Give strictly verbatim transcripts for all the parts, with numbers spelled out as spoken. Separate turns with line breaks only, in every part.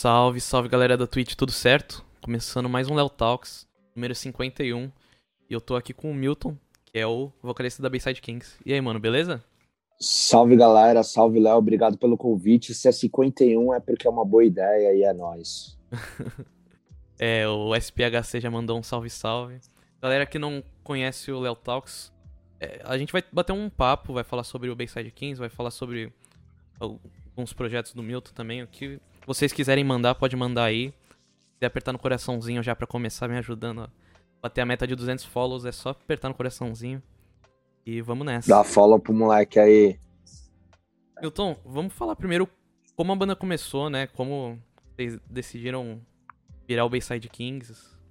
Salve, salve galera da Twitch, tudo certo? Começando mais um Léo Talks, número cinquenta e um. E eu tô aqui com o Milton, que é o vocalista da Bayside Kings. E aí, mano, beleza?
Salve galera, salve Léo, obrigado pelo convite. Se é cinquenta e um é porque é uma boa ideia e é nóis.
É, o S P H C já mandou um salve, salve. Galera que não conhece o Léo Talks, é, a gente vai bater um papo, vai falar sobre o Bayside Kings, vai falar sobre alguns projetos do Milton também. O que vocês quiserem mandar, pode mandar aí. Se apertar no coraçãozinho já pra começar me ajudando a bater a meta de duzentos follows, é só apertar no coraçãozinho. E vamos nessa.
Dá follow pro moleque aí.
Milton, vamos falar primeiro como a banda começou, né? Como vocês decidiram virar o Bayside Kings.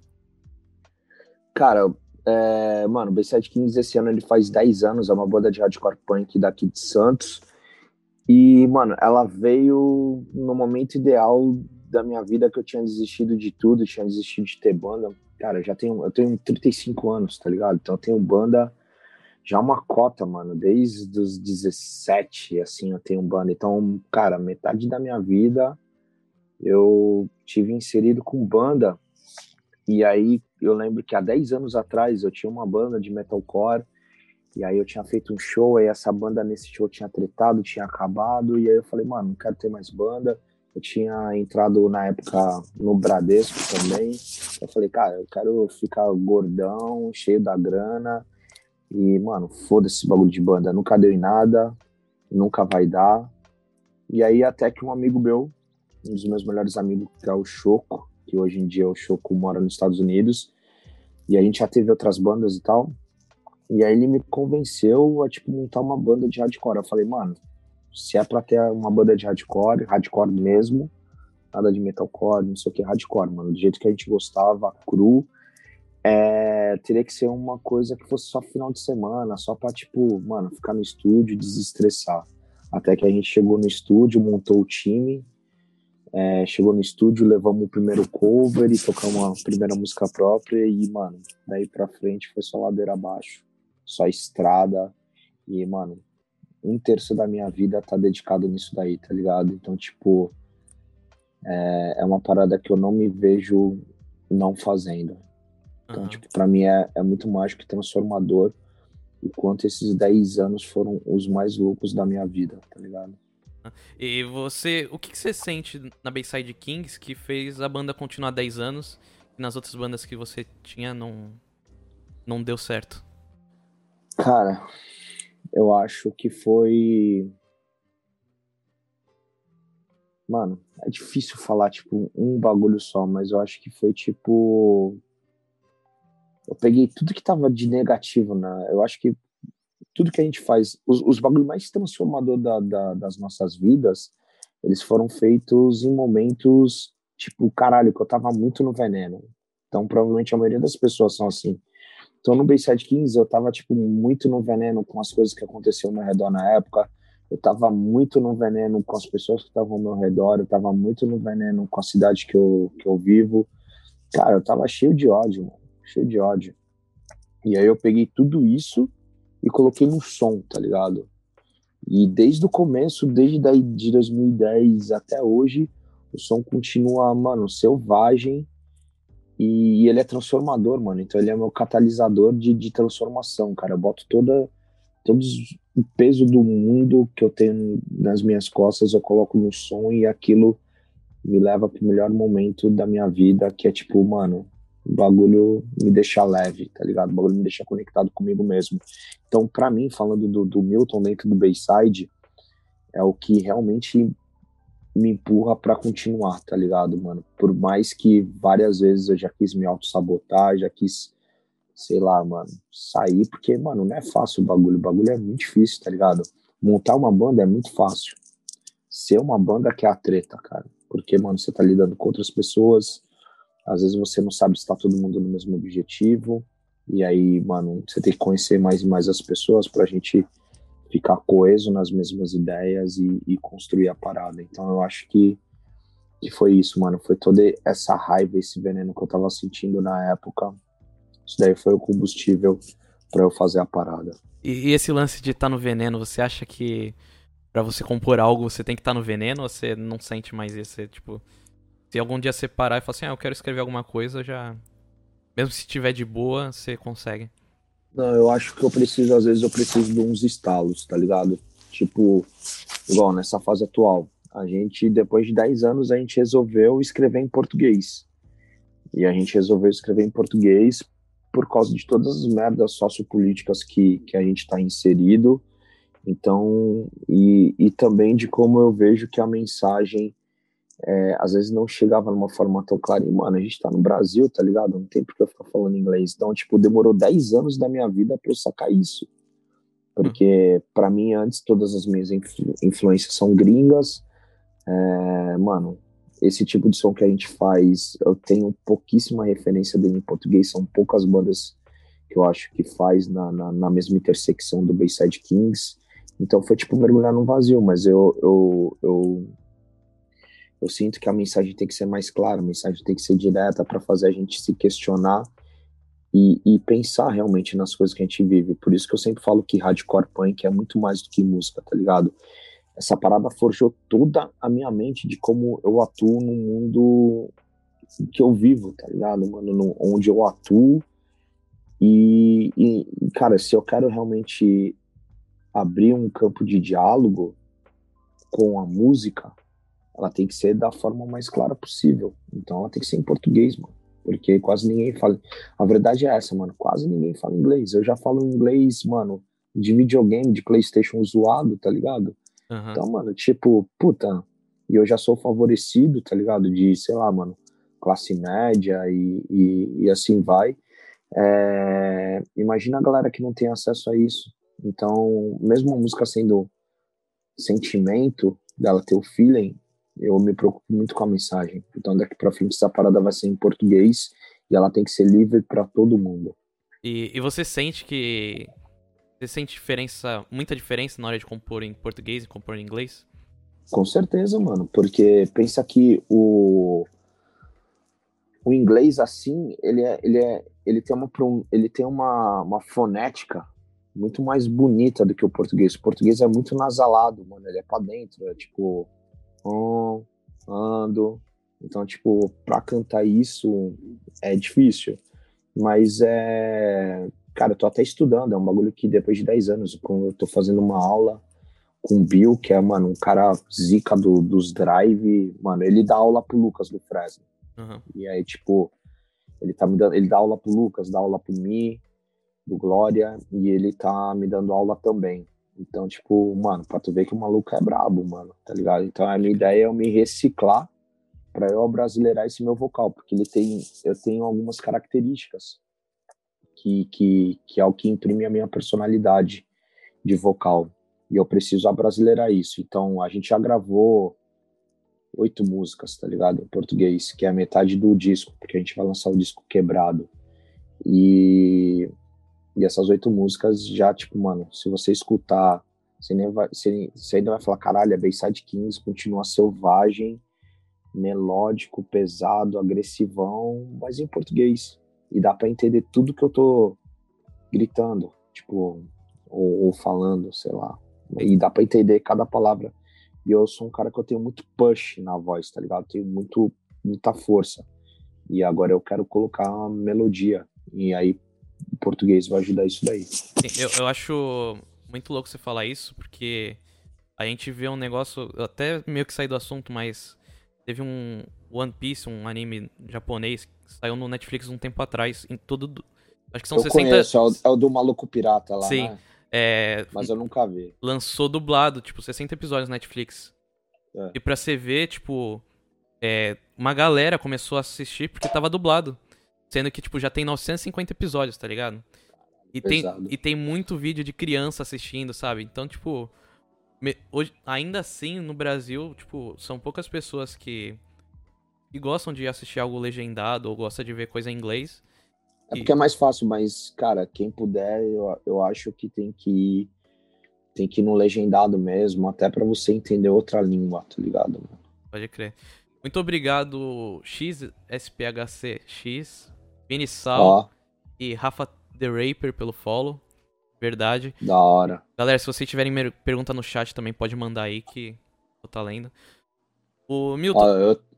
Cara, é, mano, o Bayside Kings esse ano ele faz dez anos, é uma banda de hardcore punk daqui de Santos. E, mano, ela veio no momento ideal da minha vida, que eu tinha desistido de tudo, tinha desistido de ter banda. Cara, eu já tenho, eu tenho trinta e cinco anos, tá ligado? Então eu tenho banda já uma cota, mano, desde os dezessete, assim, eu tenho banda. Então, cara, metade da minha vida eu tive inserido com banda. E aí eu lembro que há dez anos atrás eu tinha uma banda de metalcore. E aí eu tinha feito um show, aí essa banda nesse show tinha tretado, tinha acabado, e aí eu falei, mano, não quero ter mais banda. Eu tinha entrado na época no Bradesco também. Eu falei, cara, eu quero ficar gordão, cheio da grana, e, mano, foda-se esse bagulho de banda. Nunca deu em nada, nunca vai dar. E aí até que um amigo meu, um dos meus melhores amigos, que é o Choco, que hoje em dia o Choco mora nos Estados Unidos, e a gente já teve outras bandas e tal. E aí ele me convenceu a, tipo, montar uma banda de hardcore. Eu falei, mano, se é pra ter uma banda de hardcore, hardcore mesmo, nada de metalcore, não sei o que, hardcore, mano, do jeito que a gente gostava, cru, é, teria que ser uma coisa que fosse só final de semana, só pra, tipo, mano, ficar no estúdio e desestressar. Até que a gente chegou no estúdio, montou o time, é, chegou no estúdio, levamos o primeiro cover e tocamos a primeira música própria e, mano, daí pra frente foi só ladeira abaixo. Só estrada, e, mano, um terço da minha vida tá dedicado nisso daí, tá ligado? Então, tipo, é, é uma parada que eu não me vejo não fazendo. Então,
Uhum.
tipo, pra mim é, é muito mágico e transformador o quanto esses dez anos foram os mais loucos da minha vida, tá ligado?
E você, o que, que você sente na Bayside Kings que fez a banda continuar dez anos e nas outras bandas que você tinha não, não deu certo?
Cara, eu acho que foi... Mano, é difícil falar, tipo, um bagulho só, mas eu acho que foi, tipo... Eu peguei tudo que tava de negativo, né? Eu acho que tudo que a gente faz, os, os bagulhos mais transformadores da, da, das nossas vidas, eles foram feitos em momentos, tipo, caralho, que eu tava muito no veneno. Então, provavelmente a maioria das pessoas são assim. Então, no Bayside Kings, eu tava, tipo, muito no veneno com as coisas que aconteciam ao meu redor na época. Eu tava muito no veneno com as pessoas que estavam ao meu redor. Eu tava muito no veneno com a cidade que eu, que eu vivo. Cara, eu tava cheio de ódio, mano. Cheio de ódio. E aí eu peguei tudo isso e coloquei no som, tá ligado? E desde o começo, desde daí, de dois mil e dez até hoje, o som continua, mano, selvagem. E ele é transformador, mano. Então ele é meu catalisador de, de transformação, cara. Eu boto toda, todo o peso do mundo que eu tenho nas minhas costas, eu coloco no som e aquilo me leva pro melhor momento da minha vida, que é tipo, mano, o bagulho me deixa leve, tá ligado? O bagulho me deixa conectado comigo mesmo. Então, pra mim, falando do, do Milton dentro do Bayside, é o que realmente me empurra pra continuar, tá ligado, mano? Por mais que várias vezes eu já quis me auto-sabotar, já quis, sei lá, mano, sair, porque, mano, não é fácil o bagulho, o bagulho é muito difícil, tá ligado? Montar uma banda é muito fácil. Ser uma banda que é a treta, cara. Porque, mano, você tá lidando com outras pessoas, às vezes você não sabe se tá todo mundo no mesmo objetivo, e aí, mano, você tem que conhecer mais e mais as pessoas pra gente ficar coeso nas mesmas ideias e, e construir a parada. Então eu acho que, que foi isso, mano. Foi toda essa raiva, esse veneno que eu tava sentindo na época. Isso daí foi o combustível pra eu fazer a parada.
E, e esse lance de estar tá no veneno, você acha que pra você compor algo você tem que estar tá no veneno ou você não sente mais isso? Você, tipo, Se algum dia você parar e falar assim, ah, eu quero escrever alguma coisa, já... Mesmo se tiver de boa, você consegue.
Não, eu acho que eu preciso, às vezes, eu preciso de uns estalos, tá ligado? Tipo, igual nessa fase atual. A gente, depois de dez anos, a gente resolveu escrever em português. E a gente resolveu escrever em português por causa de todas as merdas sociopolíticas que, que a gente está inserido. Então, e, e também de como eu vejo que a mensagem é, às vezes não chegava numa forma tão clara. E, mano, a gente tá no Brasil, tá ligado? Não tem por que eu ficar falando inglês. Então, tipo, demorou dez anos da minha vida pra eu sacar isso. Porque, pra mim, antes, todas as minhas influ influências são gringas. É, mano, esse tipo de som que a gente faz, eu tenho pouquíssima referência dele em português. São poucas bandas que eu acho que faz na, na, na mesma intersecção do Bayside Kings. Então, foi, tipo, mergulhar no vazio. Mas eu... eu, eu Eu sinto que a mensagem tem que ser mais clara, a mensagem tem que ser direta para fazer a gente se questionar e, e pensar realmente nas coisas que a gente vive. Por isso que eu sempre falo que hardcore punk é muito mais do que música, tá ligado? Essa parada forjou toda a minha mente de como eu atuo no mundo que eu vivo, tá ligado, mano? No, onde eu atuo e, e, cara, se eu quero realmente abrir um campo de diálogo com a música, ela tem que ser da forma mais clara possível. Então ela tem que ser em português, mano. Porque quase ninguém fala... A verdade é essa, mano. Quase ninguém fala inglês. Eu já falo inglês, mano, de videogame, de PlayStation zoado, tá ligado?
Uhum.
Então, mano, tipo, puta... E eu já sou favorecido, tá ligado? De, sei lá, mano, classe média e, e, e assim vai. É... Imagina a galera que não tem acesso a isso. Então, mesmo a música sendo sentimento, dela ter o feeling, eu me preocupo muito com a mensagem. Então, daqui pra frente, essa parada vai ser em português e ela tem que ser livre pra todo mundo.
E, e você sente que... Você sente diferença, muita diferença na hora de compor em português e compor em inglês?
Com certeza, mano. Porque pensa que o, o inglês, assim, ele, é, ele, é, ele tem, uma, ele tem uma, uma fonética muito mais bonita do que o português. O português é muito nasalado, mano. Ele é pra dentro, é tipo... Um, ando. Então, tipo, pra cantar isso é difícil. Mas é... Cara, eu tô até estudando. É um bagulho que depois de dez anos, eu tô fazendo uma aula com o Bill, que é, mano, um cara zica do, dos drive. Mano, ele dá aula pro Lucas do Fresno.
Uhum.
E aí, tipo, ele tá me dando... Ele dá aula pro Lucas, dá aula pro Mi, do Glória, e ele tá me dando aula também. Então, tipo, mano, pra tu ver que o maluco é brabo, mano, tá ligado? Então a minha ideia é eu me reciclar pra eu abrasileirar esse meu vocal, porque ele tem, eu tenho algumas características que, que, que é o que imprime a minha personalidade de vocal. E eu preciso abrasileirar isso. Então a gente já gravou oito músicas, tá ligado? Em português, que é a metade do disco, porque a gente vai lançar o disco quebrado. E... E essas oito músicas já, tipo, mano, se você escutar, você, nem vai, você, você ainda vai falar, caralho, a Bayside Kings continua selvagem, melódico, pesado, agressivão, mas em português. E dá pra entender tudo que eu tô gritando, tipo, ou, ou falando, sei lá. E dá pra entender cada palavra. E eu sou um cara que eu tenho muito push na voz, tá ligado? Eu tenho muito, muita força. E agora eu quero colocar uma melodia. E aí, o português vai ajudar isso daí.
Eu, eu acho muito louco você falar isso, porque a gente vê um negócio, eu até meio que saí do assunto, mas teve um One Piece, um anime japonês, que saiu no Netflix um tempo atrás, em todo... Acho que são
eu
sessenta...
conheço, é o, é o do maluco pirata lá,
Sim,
né?
é...
Mas eu nunca vi.
Lançou dublado, tipo, sessenta episódios na Netflix.
É.
E pra você ver, tipo, é... uma galera começou a assistir porque tava dublado. Sendo que, tipo, já tem novecentos e cinquenta episódios, tá ligado? E tem, e tem muito vídeo de criança assistindo, sabe? Então, tipo... Me, hoje, ainda assim, no Brasil, tipo, são poucas pessoas que... que gostam de assistir algo legendado ou gostam de ver coisa em inglês.
É
E...
porque é mais fácil, mas, cara, quem puder, eu, eu acho que tem que ir... Tem que ir no legendado mesmo, até pra você entender outra língua, tá ligado? Mano?
Pode crer. Muito obrigado, X S P H C X, Vini Sal
Ó,
e Rafa The Raper pelo follow. Verdade.
da hora.
Galera, se vocês tiverem mer- pergunta no chat também pode mandar aí que eu tô lendo. O Milton.
Ó, eu,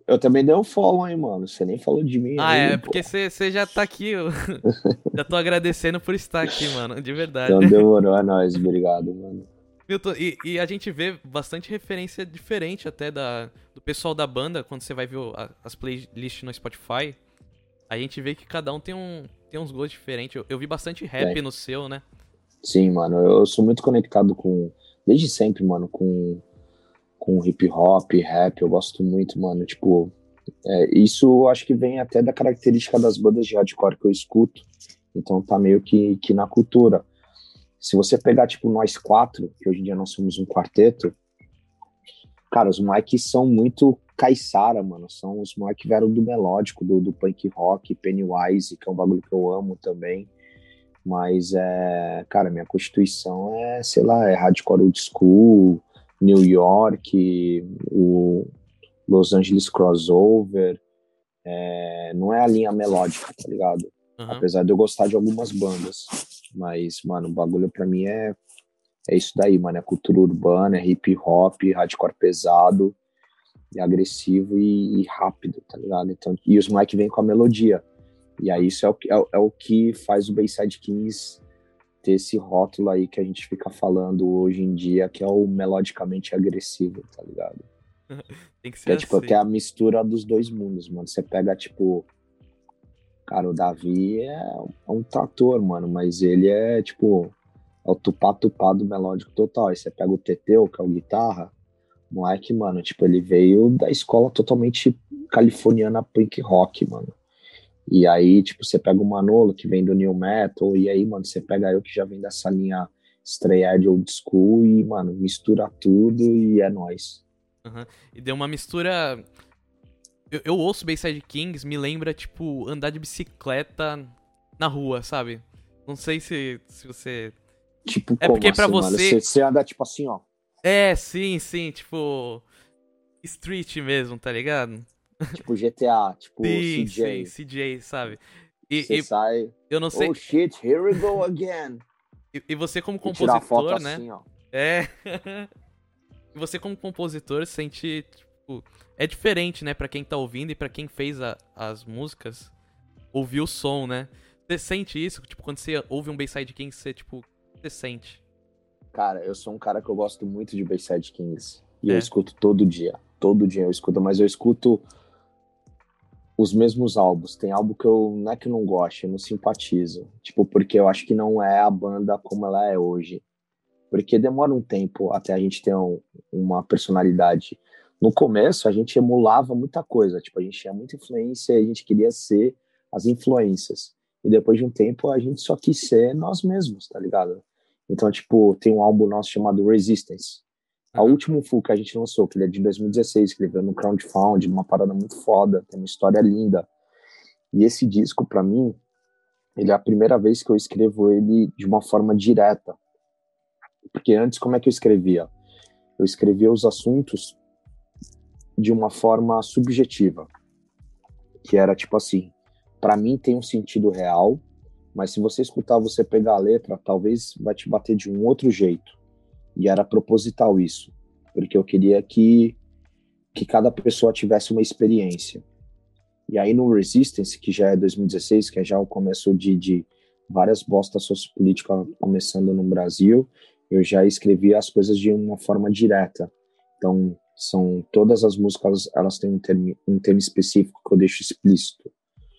eu também dei um follow, hein, mano. Você nem falou de mim
Ah,
aí,
é,
pô.
porque você já tá aqui, eu já tô agradecendo por estar aqui, mano, de verdade.
Então demorou, é nóis. Obrigado, mano.
Milton, e, e a gente vê bastante referência diferente até da, do pessoal da banda, quando você vai ver o- a- as playlists no Spotify. A gente vê que cada um tem, um, tem uns gostos diferentes. Eu, eu vi bastante rap
Bem,
no seu, né?
sim, mano. Eu sou muito conectado com... Desde sempre, mano, com, com hip hop, rap. Eu gosto muito, mano. Tipo, é, isso eu acho que vem até da característica das bandas de hardcore que eu escuto. Então tá meio que, que na cultura. Se você pegar, tipo, nós quatro, que hoje em dia nós somos um quarteto, cara, os moleques são muito caiçara, mano. São os moleques que vieram do melódico, do, do punk rock, Pennywise, que é um bagulho que eu amo também. Mas, é, cara, minha constituição é, sei lá, é hardcore old school, New York, o Los Angeles Crossover. É, não é a linha melódica, tá ligado?
Aham.
Apesar de eu gostar de algumas bandas. Mas, mano, o bagulho pra mim é, é isso daí, mano. É cultura urbana, é hip hop, hardcore pesado, e agressivo e, e rápido, tá ligado? Então, e os moleques vêm com a melodia. E aí isso é o, que- é, o- é o que faz o Bayside Kings ter esse rótulo aí que a gente fica falando hoje em dia, que é o melodicamente agressivo, tá ligado?
Tem que
Que
ser
é tipo, que é
assim.
a mistura dos dois mundos, mano. Você pega, tipo, cara, o Davi é, é um trator, mano, mas ele é, tipo, é o tupá-tupá do melódico total. Aí você pega o Teteu, que é o guitarra, moleque, mano, tipo, ele veio da escola totalmente californiana punk rock, mano. E aí, tipo, você pega o Manolo, que vem do New Metal, e aí, mano, você pega eu, que já vem dessa linha estreia de old school, e, mano, mistura tudo e é nóis.
Aham. E deu uma mistura. Eu, eu ouço Bayside Kings, me lembra, tipo, andar de bicicleta na rua, sabe? Não sei se, se você.
Tipo,
É
como
porque pra
assim, mano? Você,
você.
você anda, tipo assim, ó.
É, sim, sim, tipo. Street mesmo, tá ligado?
Tipo G T A, tipo
Sim, sim,
C J.
C J, sabe? E,
Você
e
sai,
eu não
oh
sei.
shit, here we go again.
E, e você, como
E tirar foto
compositor, né?
assim, ó.
É. E você, como compositor, sente. Tipo. É diferente, né? Pra quem tá ouvindo e pra quem fez a- as músicas, ouvir o som, né? Você sente isso? Tipo, quando você ouve um Bayside King, você, tipo. Você sente.
Cara, eu sou um cara que eu gosto muito de Bayside Kings. E eu
É.
escuto todo dia. Todo dia eu escuto, mas eu escuto os mesmos álbuns. Tem álbum que eu não é que eu não gosto, eu não simpatizo. Tipo, porque eu acho que não é a banda como ela é hoje. Porque demora um tempo até a gente ter um, uma personalidade. No começo, a gente emulava muita coisa. Tipo, a gente tinha muita influência e a gente queria ser as influências. E depois de um tempo, a gente só quis ser nós mesmos, tá ligado? Então, tipo, tem um álbum nosso chamado Resistance. A
Aham.
último full que a gente lançou, que ele é de dois mil e dezesseis, que ele veio no Crowdfund, uma parada muito foda, tem uma história linda. E esse disco, pra mim, ele é a primeira vez que eu escrevo ele de uma forma direta. Porque antes, como é que eu escrevia? Eu escrevia os assuntos de uma forma subjetiva, que era tipo assim, pra mim tem um sentido real, mas se você escutar, você pegar a letra, talvez vai te bater de um outro jeito. E era proposital isso, porque eu queria que que cada pessoa tivesse uma experiência. E aí no Resistance, que já é dois mil e dezesseis, que é já o começo de, de várias bostas sociopolíticas começando no Brasil, eu já escrevi as coisas de uma forma direta. Então, são todas as músicas, elas têm um termo, um termo específico que eu deixo explícito.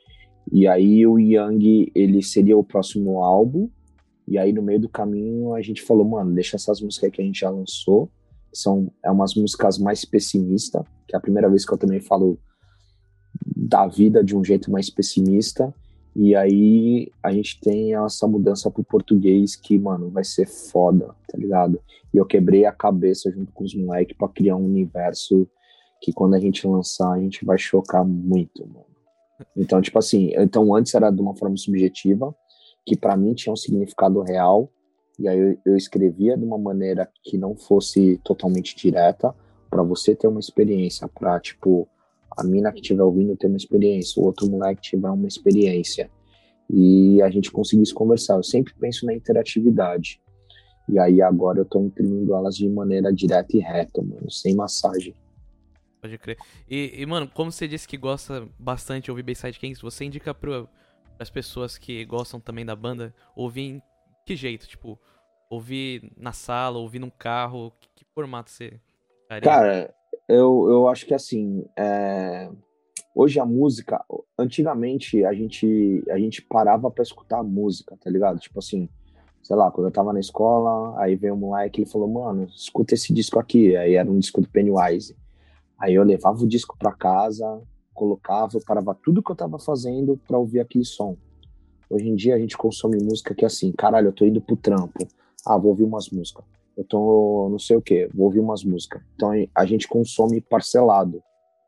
E aí o Yang, ele seria o próximo álbum, e aí no meio do caminho a gente falou, mano, deixa essas músicas que a gente já lançou, são é umas músicas mais pessimistas, que é a primeira vez que eu também falo da vida de um jeito mais pessimista. E aí a gente tem essa mudança pro português que, mano, vai ser foda, tá ligado? E eu quebrei a cabeça junto com os moleques pra criar um universo que quando a gente lançar, a gente vai chocar muito, mano. Então, tipo assim, então antes era de uma forma subjetiva, que pra mim tinha um significado real, e aí eu, eu escrevia de uma maneira que não fosse totalmente direta, pra você ter uma experiência, pra, tipo, a mina que estiver ouvindo ter uma experiência, o outro moleque tiver uma experiência. E a gente conseguisse conversar. Eu sempre penso na interatividade. E aí agora eu tô imprimindo elas de maneira direta e reta, mano, sem massagem.
Pode crer. E, e, mano, como você disse que gosta bastante de ouvir Bayside Kings, você indica para as pessoas que gostam também da banda ouvir em que jeito? Tipo, ouvir na sala, ouvir num carro? Que, que formato você faria?
Cara, eu, eu acho que assim, é, hoje a música, antigamente a gente, a gente parava pra escutar a música, tá ligado? Tipo assim, sei lá, quando eu tava na escola, aí veio um moleque e falou, mano, escuta esse disco aqui. Aí era um disco do Pennywise. Aí eu levava o disco pra casa, colocava, eu parava tudo que eu tava fazendo pra ouvir aquele som. Hoje em dia a gente consome música que é assim, caralho, eu tô indo pro trampo. Ah, vou ouvir umas músicas. Eu tô não sei o que, vou ouvir umas músicas. Então a gente consome parcelado.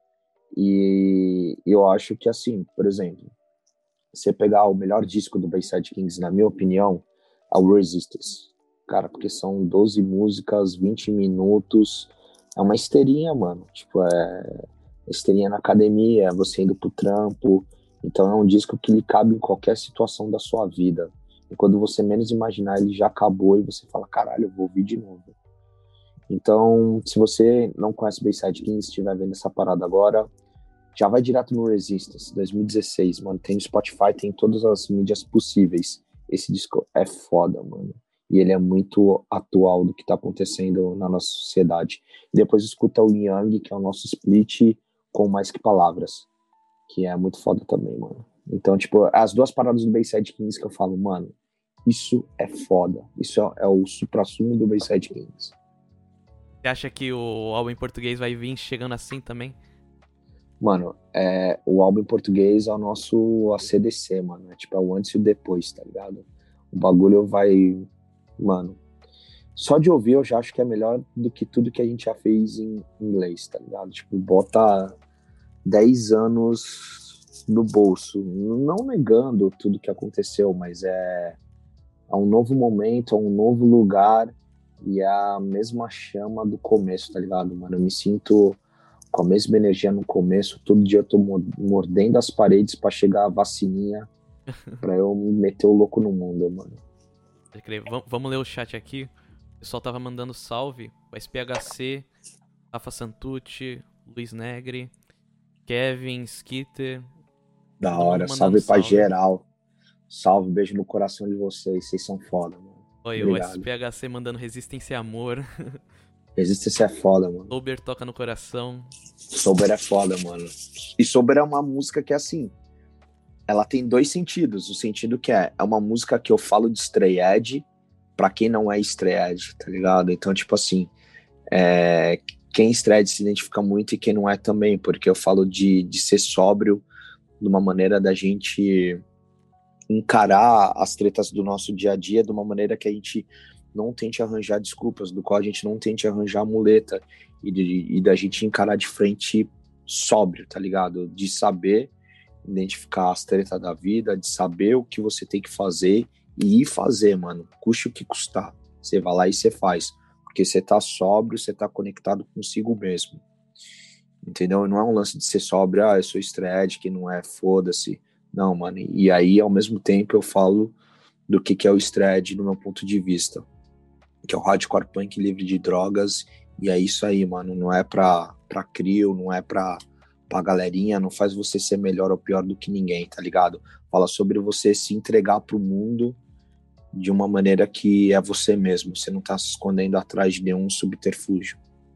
E eu acho que assim, por exemplo, você pegar o melhor disco do Bayside Kings, na minha opinião, é o Resistance. Cara, porque são doze músicas, vinte minutos. É uma esteirinha, mano. Tipo, é esteirinha na academia, você indo pro trampo. Então é um disco que lhe cabe em qualquer situação da sua vida. E quando você menos imaginar, ele já acabou e você fala, caralho, eu vou ouvir de novo. Então, se você não conhece Bayside Kings, estiver vendo essa parada agora, já vai direto no Resistance, dois mil e dezesseis, mano. Tem no Spotify, tem em todas as mídias possíveis. Esse disco é foda, mano. E ele é muito atual do que tá acontecendo na nossa sociedade. Depois escuta o Young, que é o nosso split com Mais Que Palavras, que é muito foda também, mano. Então, tipo, as duas paradas do Bayside Kings que eu falo, mano, isso é foda. Isso é, é o suprassumo do Bayside Kings.
Você acha que o álbum em português vai vir chegando assim também?
Mano, é, o álbum em português é o nosso A C D C, mano. É tipo, é o antes e o depois, tá ligado? O bagulho vai. Mano, só de ouvir eu já acho que é melhor do que tudo que a gente já fez em inglês, tá ligado? Tipo, bota dez anos no bolso. Não negando tudo que aconteceu, mas é, é um novo momento, é um novo lugar e é a mesma chama do começo, tá ligado, mano? Eu me sinto com a mesma energia no começo, todo dia eu tô mordendo as paredes pra chegar a vacininha pra eu me meter o louco no mundo, mano.
Pode crer. Vam- Vamos ler o chat aqui. O pessoal tava mandando salve. O S P H C, Rafa Santucci, Luiz Negri, Kevin, Skitter.
Da
Todo mundo
hora,
mandando
salve pra
salve.
geral. Salve, beijo no coração de vocês, vocês são foda, mano.
Oi, o
Obrigado.
S P H C mandando Resistência e Amor.
Resistência é foda, mano.
Sober toca no coração.
Sober é foda, mano. E Sober é uma música que, assim, ela tem dois sentidos. O sentido que é, é uma música que eu falo de Stray Edge pra quem não é Stray Edge, tá ligado? Então, tipo assim, é, quem é Stray Edge se identifica muito e quem não é também, porque eu falo de, de ser sóbrio de uma maneira da gente encarar as tretas do nosso dia a dia de uma maneira que a gente não tente arranjar desculpas, do qual a gente não tente arranjar muleta e, de, e da gente encarar de frente sóbrio, tá ligado? De saber identificar as tretas da vida, de saber o que você tem que fazer e ir fazer, mano. Custe o que custar. Você vai lá e você faz. Porque você tá sóbrio, você tá conectado consigo mesmo. Entendeu? Não é um lance de ser sóbrio, ah, eu sou thread, que não é, foda-se. Não, mano. E aí, ao mesmo tempo, eu falo do que, que é o thread no meu ponto de vista. Que é o hardcore punk livre de drogas. E é isso aí, mano. Não é pra, pra crio, não é pra, pra galerinha, não faz você ser melhor ou pior do que ninguém, tá ligado? Fala sobre você se entregar pro mundo de uma maneira que é você mesmo. Você não tá se escondendo atrás de nenhum subterfúgio.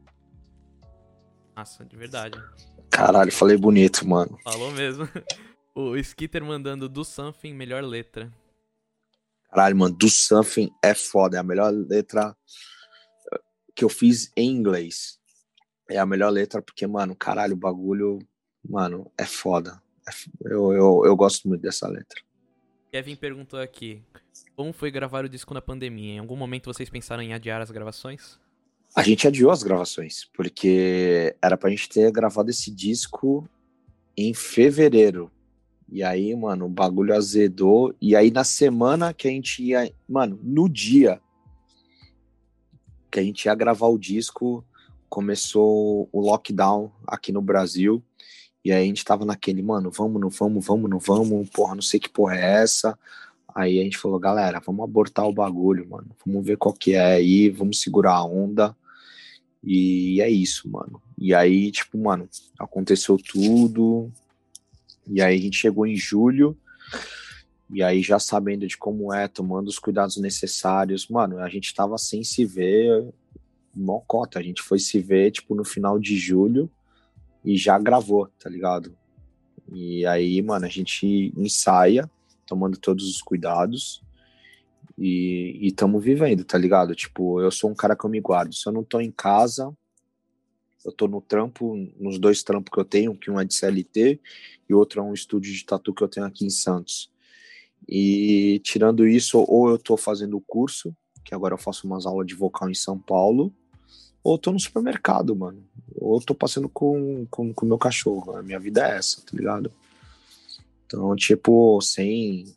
Nossa, de verdade.
Caralho, falei bonito, mano.
Falou mesmo. O Skitter mandando Do Something, melhor letra.
Caralho, mano, Do Something é foda. É a melhor letra que eu fiz em inglês. É a melhor letra porque, mano, caralho, o bagulho, mano, é foda. É f... eu, eu, eu gosto muito dessa letra.
Kevin perguntou aqui, como foi gravar o disco na pandemia? Em algum momento vocês pensaram em adiar as gravações?
A gente adiou as gravações, porque era pra gente ter gravado esse disco em fevereiro. E aí, mano, o bagulho azedou. E aí, na semana que a gente ia... Mano, no dia que a gente ia gravar o disco, começou o lockdown aqui no Brasil. E aí a gente tava naquele, mano, vamos, não vamos, vamos, não vamos, porra, não sei que porra é essa. Aí a gente falou, galera, vamos abortar o bagulho, mano. Vamos ver qual que é aí, vamos segurar a onda. E é isso, mano. E aí, tipo, mano, aconteceu tudo. E aí a gente chegou em julho. E aí, já sabendo de como é, tomando os cuidados necessários, mano, a gente tava sem se ver mocota. A gente foi se ver, tipo, no final de julho e já gravou, tá ligado? E aí, mano, a gente ensaia, tomando todos os cuidados e, e tamo vivendo, tá ligado? Tipo, eu sou um cara que eu me guardo. Se eu não tô em casa, eu tô no trampo, nos dois trampos que eu tenho, que um é de C L T e outro é um estúdio de tatu que eu tenho aqui em Santos. E tirando isso, ou eu tô fazendo o curso, que agora eu faço umas aulas de vocal em São Paulo, ou eu tô no supermercado, mano. Ou eu tô passando com o com, com meu cachorro. A minha vida é essa, tá ligado? Então, tipo, sem...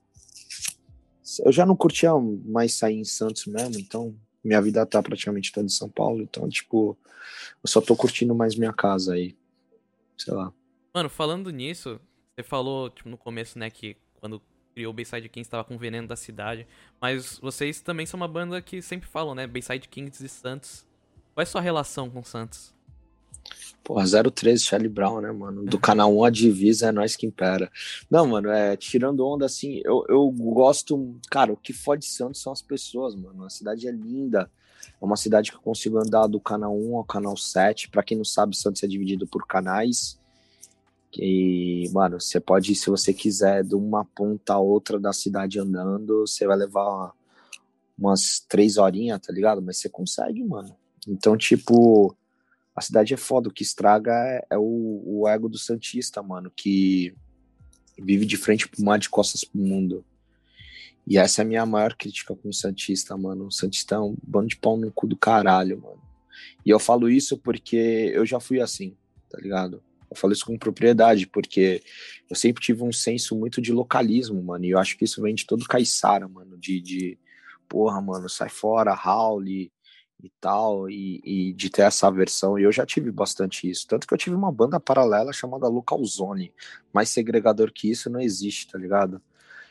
Eu já não curtia mais sair em Santos mesmo, então minha vida tá praticamente toda em São Paulo. Então, tipo, eu só tô curtindo mais minha casa aí, sei lá.
Mano, falando nisso, você falou, tipo, no começo, né, que quando criou o Bayside Kings tava com o veneno da cidade, mas vocês também são uma banda que sempre falam, né, Bayside Kings e Santos. Qual é a sua relação com Santos?
Porra, zero treze, Charlie Brown, né, mano? Do canal um a divisa é nós que impera. Não, mano, é, tirando onda, assim, eu, eu gosto... Cara, o que fode Santos são as pessoas, mano. A cidade é linda. É uma cidade que eu consigo andar do canal um ao canal sete. Pra quem não sabe, Santos é dividido por canais. E, mano, você pode ir, se você quiser, de uma ponta a outra da cidade andando, você vai levar umas três horinhas, tá ligado? Mas você consegue, mano. Então, tipo... A cidade é foda, o que estraga é, é o, o ego do Santista, mano, que vive de frente pro mar, de costas pro mundo. E essa é a minha maior crítica com o Santista, mano. O Santista é um bando de pau no cu do caralho, mano. E eu falo isso porque eu já fui assim, tá ligado? Eu falo isso com propriedade, porque eu sempre tive um senso muito de localismo, mano. E eu acho que isso vem de todo caiçara, mano. De, de porra, mano, sai fora, Howley e tal, e, e de ter essa aversão, e eu já tive bastante isso, tanto que eu tive uma banda paralela chamada Local Zone, mais segregador que isso não existe, tá ligado?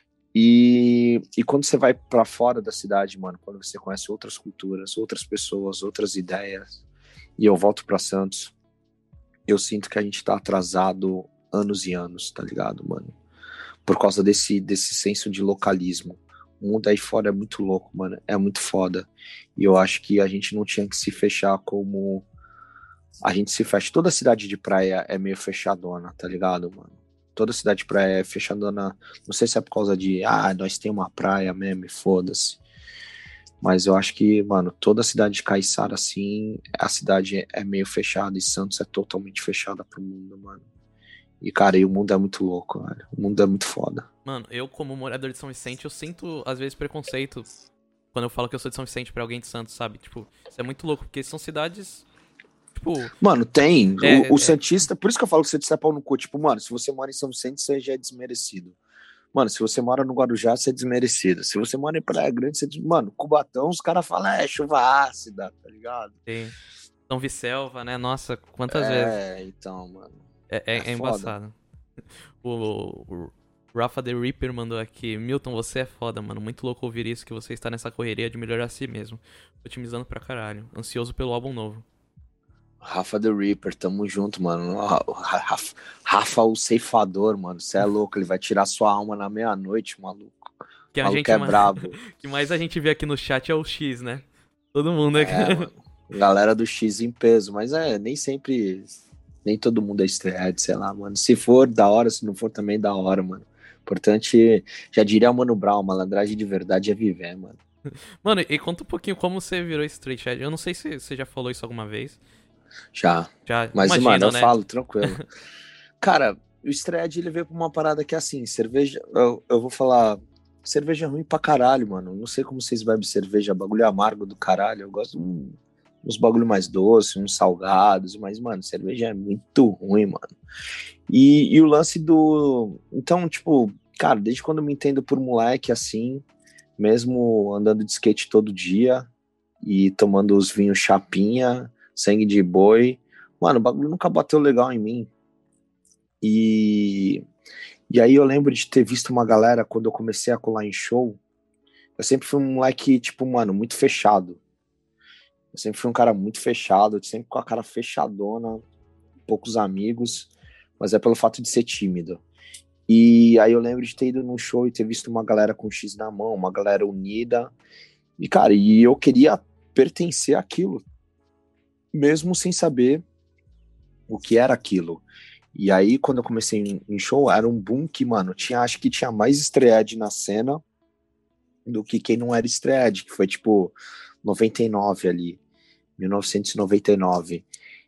E, e quando você vai pra fora da cidade, mano, quando você conhece outras culturas, outras pessoas, outras ideias, e eu volto pra Santos, eu sinto que a gente tá atrasado anos e anos, tá ligado, mano? Por causa desse, desse senso de localismo. O mundo aí fora é muito louco, mano. É muito foda. E eu acho que a gente não tinha que se fechar como a gente se fecha. Toda cidade de praia é meio fechadona, tá ligado, mano? Toda cidade de praia é fechadona. Não sei se é por causa de, ah, nós tem uma praia mesmo, e foda-se. Mas eu acho que, mano, toda cidade de Caiçara, assim, a cidade é meio fechada e Santos é totalmente fechada pro mundo, mano. E, cara, e o mundo é muito louco, velho. O mundo é muito foda.
Mano, eu como morador de São Vicente, eu sinto, às vezes, preconceito quando eu falo que eu sou de São Vicente pra alguém de Santos, sabe? Tipo, isso é muito louco, porque são cidades, tipo...
Mano, tem.
É,
O, o
é,
Santista, por isso que eu falo que você é pau no cu. Tipo, mano, se você mora em São Vicente, você já é desmerecido. Mano, se você mora no Guarujá, você é desmerecido. Se você mora em Praia Grande, você é des... Mano, Cubatão, os caras falam, é chuva ácida, tá ligado?
tem São Vicelva, né? Nossa, quantas vezes.
É, então, mano.
É,
É
é, é
foda.
embaçado. O, o Rafa The Reaper mandou aqui. Milton, você é foda, mano. Muito louco ouvir isso, que você está nessa correria de melhorar a si mesmo. Otimizando pra caralho. Ansioso pelo álbum novo.
Rafa the Reaper, tamo junto, mano. Rafa, Rafa o ceifador, mano. Você é louco, ele vai tirar sua alma na meia-noite, maluco.
Que
O
a
maluco
gente
é
mais...
brabo.
que mais a gente vê aqui no chat é o X, né? Todo mundo aqui.
É, mano. Galera do X em peso, mas é, nem sempre. Nem todo mundo é estreado, sei lá, mano. Se for, da hora, se não for, também da hora, mano. Importante, já diria o Mano Brown, malandragem de verdade é viver, mano.
Mano, e conta um pouquinho como você virou Straight Edge. Eu não sei se você já falou isso alguma vez.
Já.
Já,
Mas, mano,
imagino,
eu
né?
falo, tranquilo. Cara, o Stred, ele veio pra uma parada que é assim, cerveja, eu, eu vou falar, cerveja é ruim pra caralho, mano. Não sei como vocês bebem cerveja, bagulho amargo do caralho. Eu gosto de um, uns bagulho mais doces, uns salgados, mas, mano, cerveja é muito ruim, mano. E, e o lance do... Então, tipo, cara, desde quando eu me entendo por moleque, assim, mesmo andando de skate todo dia e tomando os vinhos chapinha, sangue de boi, mano, o bagulho nunca bateu legal em mim. E, e aí eu lembro de ter visto uma galera, quando eu comecei a colar em show, eu sempre fui um moleque, tipo, mano, muito fechado. Eu sempre fui um cara muito fechado, sempre com a cara fechadona, poucos amigos, mas é pelo fato de ser tímido. E aí eu lembro de ter ido num show e ter visto uma galera com X na mão, uma galera unida. E, cara, e eu queria pertencer àquilo, mesmo sem saber o que era aquilo. E aí, quando eu comecei em, em show, era um boom que, mano, tinha, acho que tinha mais estreed na cena do que quem não era estreed, que foi, tipo, noventa e nove ali, mil novecentos e noventa e nove.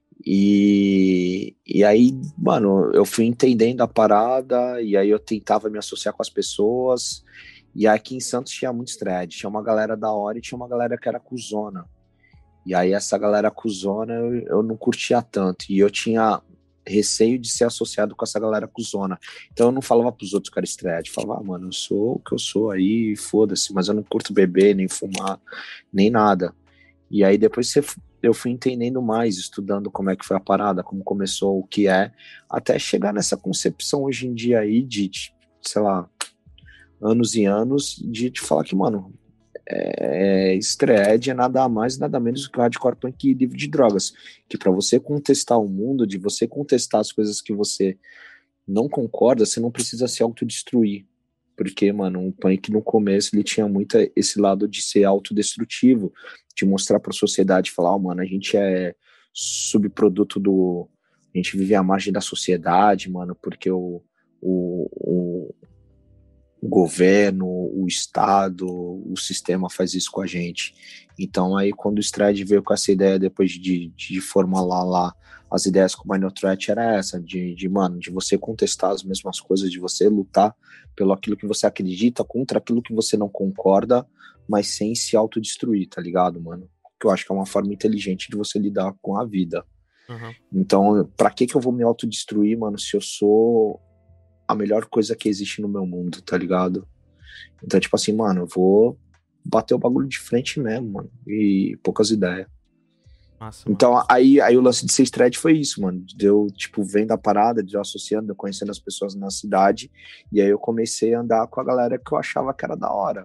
E, e aí, mano, eu fui entendendo a parada, e aí eu tentava me associar com as pessoas, e aqui em Santos tinha muito thread, tinha uma galera da hora e tinha uma galera que era cuzona. E aí essa galera cuzona eu, eu não curtia tanto, e eu tinha receio de ser associado com essa galera cuzona. Então eu não falava pros outros que era thread, falava, ah, mano, eu sou o que eu sou aí, foda-se, mas eu não curto beber, nem fumar, nem nada. E aí depois você eu fui entendendo mais, estudando como é que foi a parada, como começou, o que é, até chegar nessa concepção hoje em dia aí de, de sei lá, anos e anos, de te falar que, mano, é, Stred é nada mais, nada menos do que hardcore punk livre de drogas, que para você contestar o mundo, de você contestar as coisas que você não concorda, você não precisa se autodestruir. Porque, mano, o punk no começo ele tinha muito esse lado de ser autodestrutivo, de mostrar pra sociedade, falar, oh, mano, a gente é subproduto do... A gente vive à margem da sociedade, mano, porque o, o, o, o governo, o Estado, o sistema faz isso com a gente. Então aí quando o Stred veio com essa ideia, depois de, de formular lá as ideias com o Minor Threat, era essa, de, de, mano, de você contestar as mesmas coisas, de você lutar pelo aquilo que você acredita, contra aquilo que você não concorda, mas sem se autodestruir, tá ligado, mano? Que eu acho que é uma forma inteligente de você lidar com a vida.
Uhum.
Então, pra que que eu vou me autodestruir, mano, se eu sou a melhor coisa que existe no meu mundo, tá ligado? Então, tipo assim, mano, eu vou bater o bagulho de frente mesmo, mano, e poucas ideias.
Massa,
Então,
mano.
aí, aí o lance de ser thread foi isso, mano. Deu, tipo, vendo a parada, de eu associando, de eu conhecendo as pessoas na cidade. E aí eu comecei a andar com a galera que eu achava que era da hora.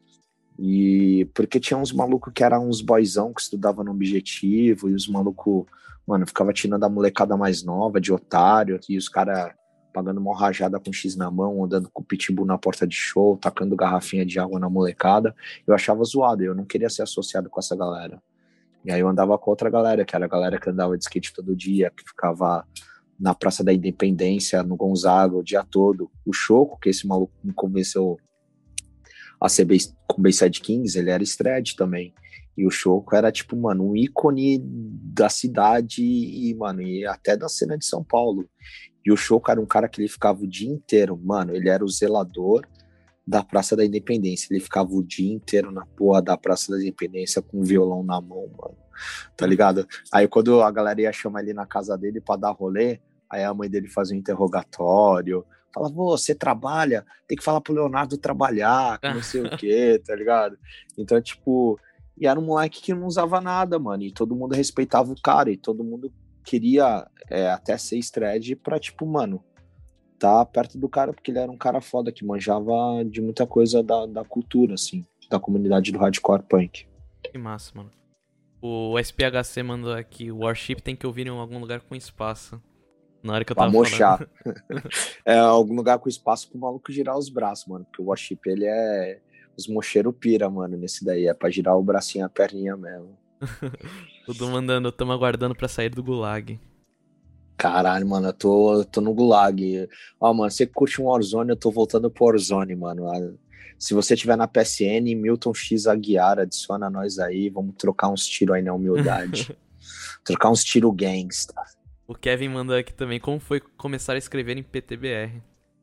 E porque tinha uns malucos que eram uns boyzão que estudavam no Objetivo, e os malucos, mano, ficava tirando a molecada mais nova de otário, e os caras pagando uma rajada com X na mão, andando com o pitbull na porta de show, tacando garrafinha de água na molecada. Eu achava zoado, eu não queria ser associado com essa galera. E aí eu andava com outra galera, que era a galera que andava de skate todo dia, que ficava na Praça da Independência, no Gonzaga, o dia todo. O Choco, que esse maluco me convenceu a ser com Bayside Kings, ele era Stred também. E o Choco era, tipo, mano, um ícone da cidade e, mano, e até da cena de São Paulo. E o Choco era um cara que ele ficava o dia inteiro, mano, ele era o zelador da Praça da Independência. Ele ficava o dia inteiro na porra da Praça da Independência com um violão na mão, mano. Tá ligado? Aí quando a galera ia chamar ele na casa dele pra dar rolê, aí a mãe dele fazia um interrogatório, falava, você trabalha? Tem que falar pro Leonardo trabalhar, que não sei o quê, tá ligado? Então, tipo, e era um moleque que não usava nada, mano, e todo mundo respeitava o cara, e todo mundo queria é, até ser thread pra, tipo, mano, tá perto do cara, porque ele era um cara foda, que manjava de muita coisa da, da cultura, assim, da comunidade do hardcore punk.
Que massa, mano. O S P H C mandou aqui, o Warship tem que ouvir em algum lugar com espaço. Na hora que eu tava
pra mochar.
falando.
É, algum lugar com espaço pro maluco girar os braços, mano, porque o Warship, ele é... Os mocheiros pira, mano, nesse daí, é pra girar o bracinho, a perninha mesmo.
Tudo mandando, tamo aguardando pra sair do gulag.
Caralho, mano, eu tô, eu tô no gulag. Ó, mano, você que curte um Warzone, eu tô voltando pro Warzone, mano. Se você tiver na P S N, Milton X Aguiar, adiciona nós aí, vamos trocar uns tiros aí na humildade. Trocar uns tiros gangsta.
O Kevin mandou aqui também, como foi começar a escrever em P T B R?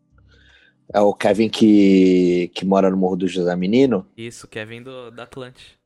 É o Kevin que, que mora no Morro do José Menino?
Isso, Kevin do, da Atlante.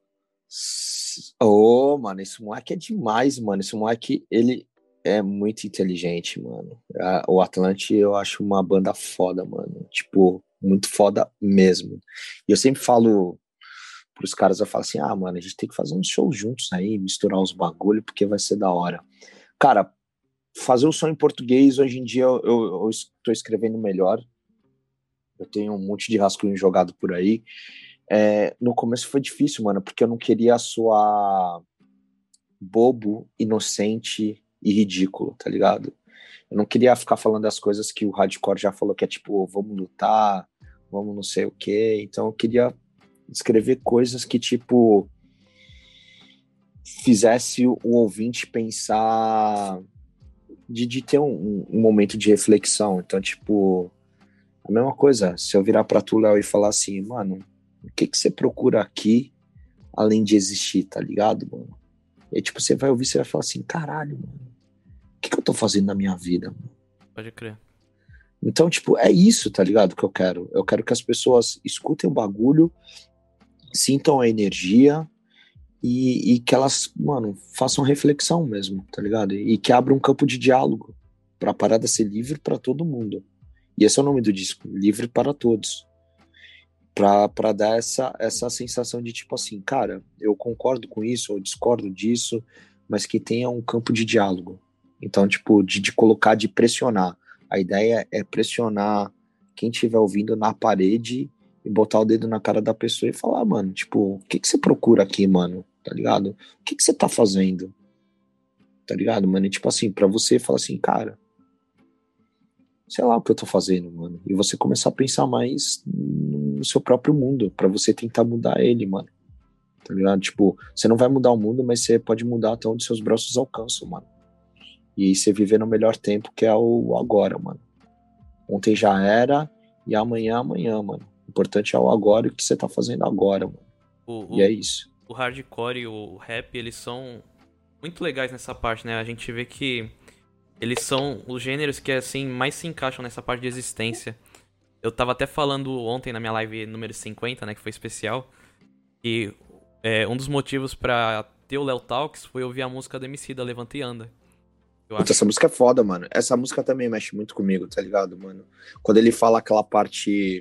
Ô, oh, mano, esse moleque é demais, mano. Esse moleque, ele é muito inteligente, mano. O Atlante eu acho uma banda foda, mano. Tipo, muito foda mesmo. E eu sempre falo pros caras, eu falo assim, ah, mano, a gente tem que fazer uns shows juntos aí, misturar os bagulho, porque vai ser da hora. Cara, fazer o som em português, hoje em dia eu, eu, eu tô escrevendo melhor. Eu tenho um monte de rascunho jogado por aí. É, no começo foi difícil, mano, porque eu não queria soar bobo, inocente e ridículo, tá ligado? Eu não queria ficar falando das coisas que o hardcore já falou, que é tipo, vamos lutar, vamos não sei o quê. Então eu queria escrever coisas que, tipo, fizesse o ouvinte pensar, de, de ter um, um momento de reflexão. Então, tipo, a mesma coisa, se eu virar pra tu, Léo, e falar assim, mano, o que que você procura aqui além de existir, tá ligado, mano? E aí, tipo, você vai ouvir, você vai falar assim, caralho, mano, o que que eu tô fazendo na minha vida, mano?
Pode crer.
Então, tipo, é isso, tá ligado, que eu quero. Eu quero que as pessoas escutem o bagulho, sintam a energia e, e que elas, mano, façam reflexão mesmo, tá ligado? E, e que abram um campo de diálogo pra parada ser livre pra todo mundo. E esse é o nome do disco, Livre para Todos. Pra, pra dar essa, essa sensação de tipo assim, cara, eu concordo com isso, eu discordo disso, mas que tenha um campo de diálogo. Então, tipo, de, de colocar, de pressionar. A ideia é pressionar quem estiver ouvindo na parede e botar o dedo na cara da pessoa e falar, mano, tipo, o que que você procura aqui, mano? Tá ligado? O que que você tá fazendo? Tá ligado, mano? E, tipo assim, pra você falar assim, cara, sei lá o que eu tô fazendo, mano. E você começar a pensar mais no seu próprio mundo, pra você tentar mudar ele, mano. Tá ligado? Tipo, você não vai mudar o mundo, mas você pode mudar até onde seus braços alcançam, mano. E aí você viver no melhor tempo, que é o agora, mano. Ontem já era, e amanhã é amanhã, mano. O importante é o agora e o que você tá fazendo agora, mano.
O,
E é
o,
isso.
o hardcore e o rap, eles são muito legais nessa parte, né? A gente vê que eles são os gêneros que, assim, mais se encaixam nessa parte de existência. Eu tava até falando ontem na minha live número cinquenta, né, que foi especial, que é, um dos motivos pra ter o Léo Talks foi ouvir a música do Emicida, Levanta e Anda. Eu
Puta, essa
acho.
música é foda, mano. Essa música também mexe muito comigo, tá ligado, mano? Quando ele fala aquela parte.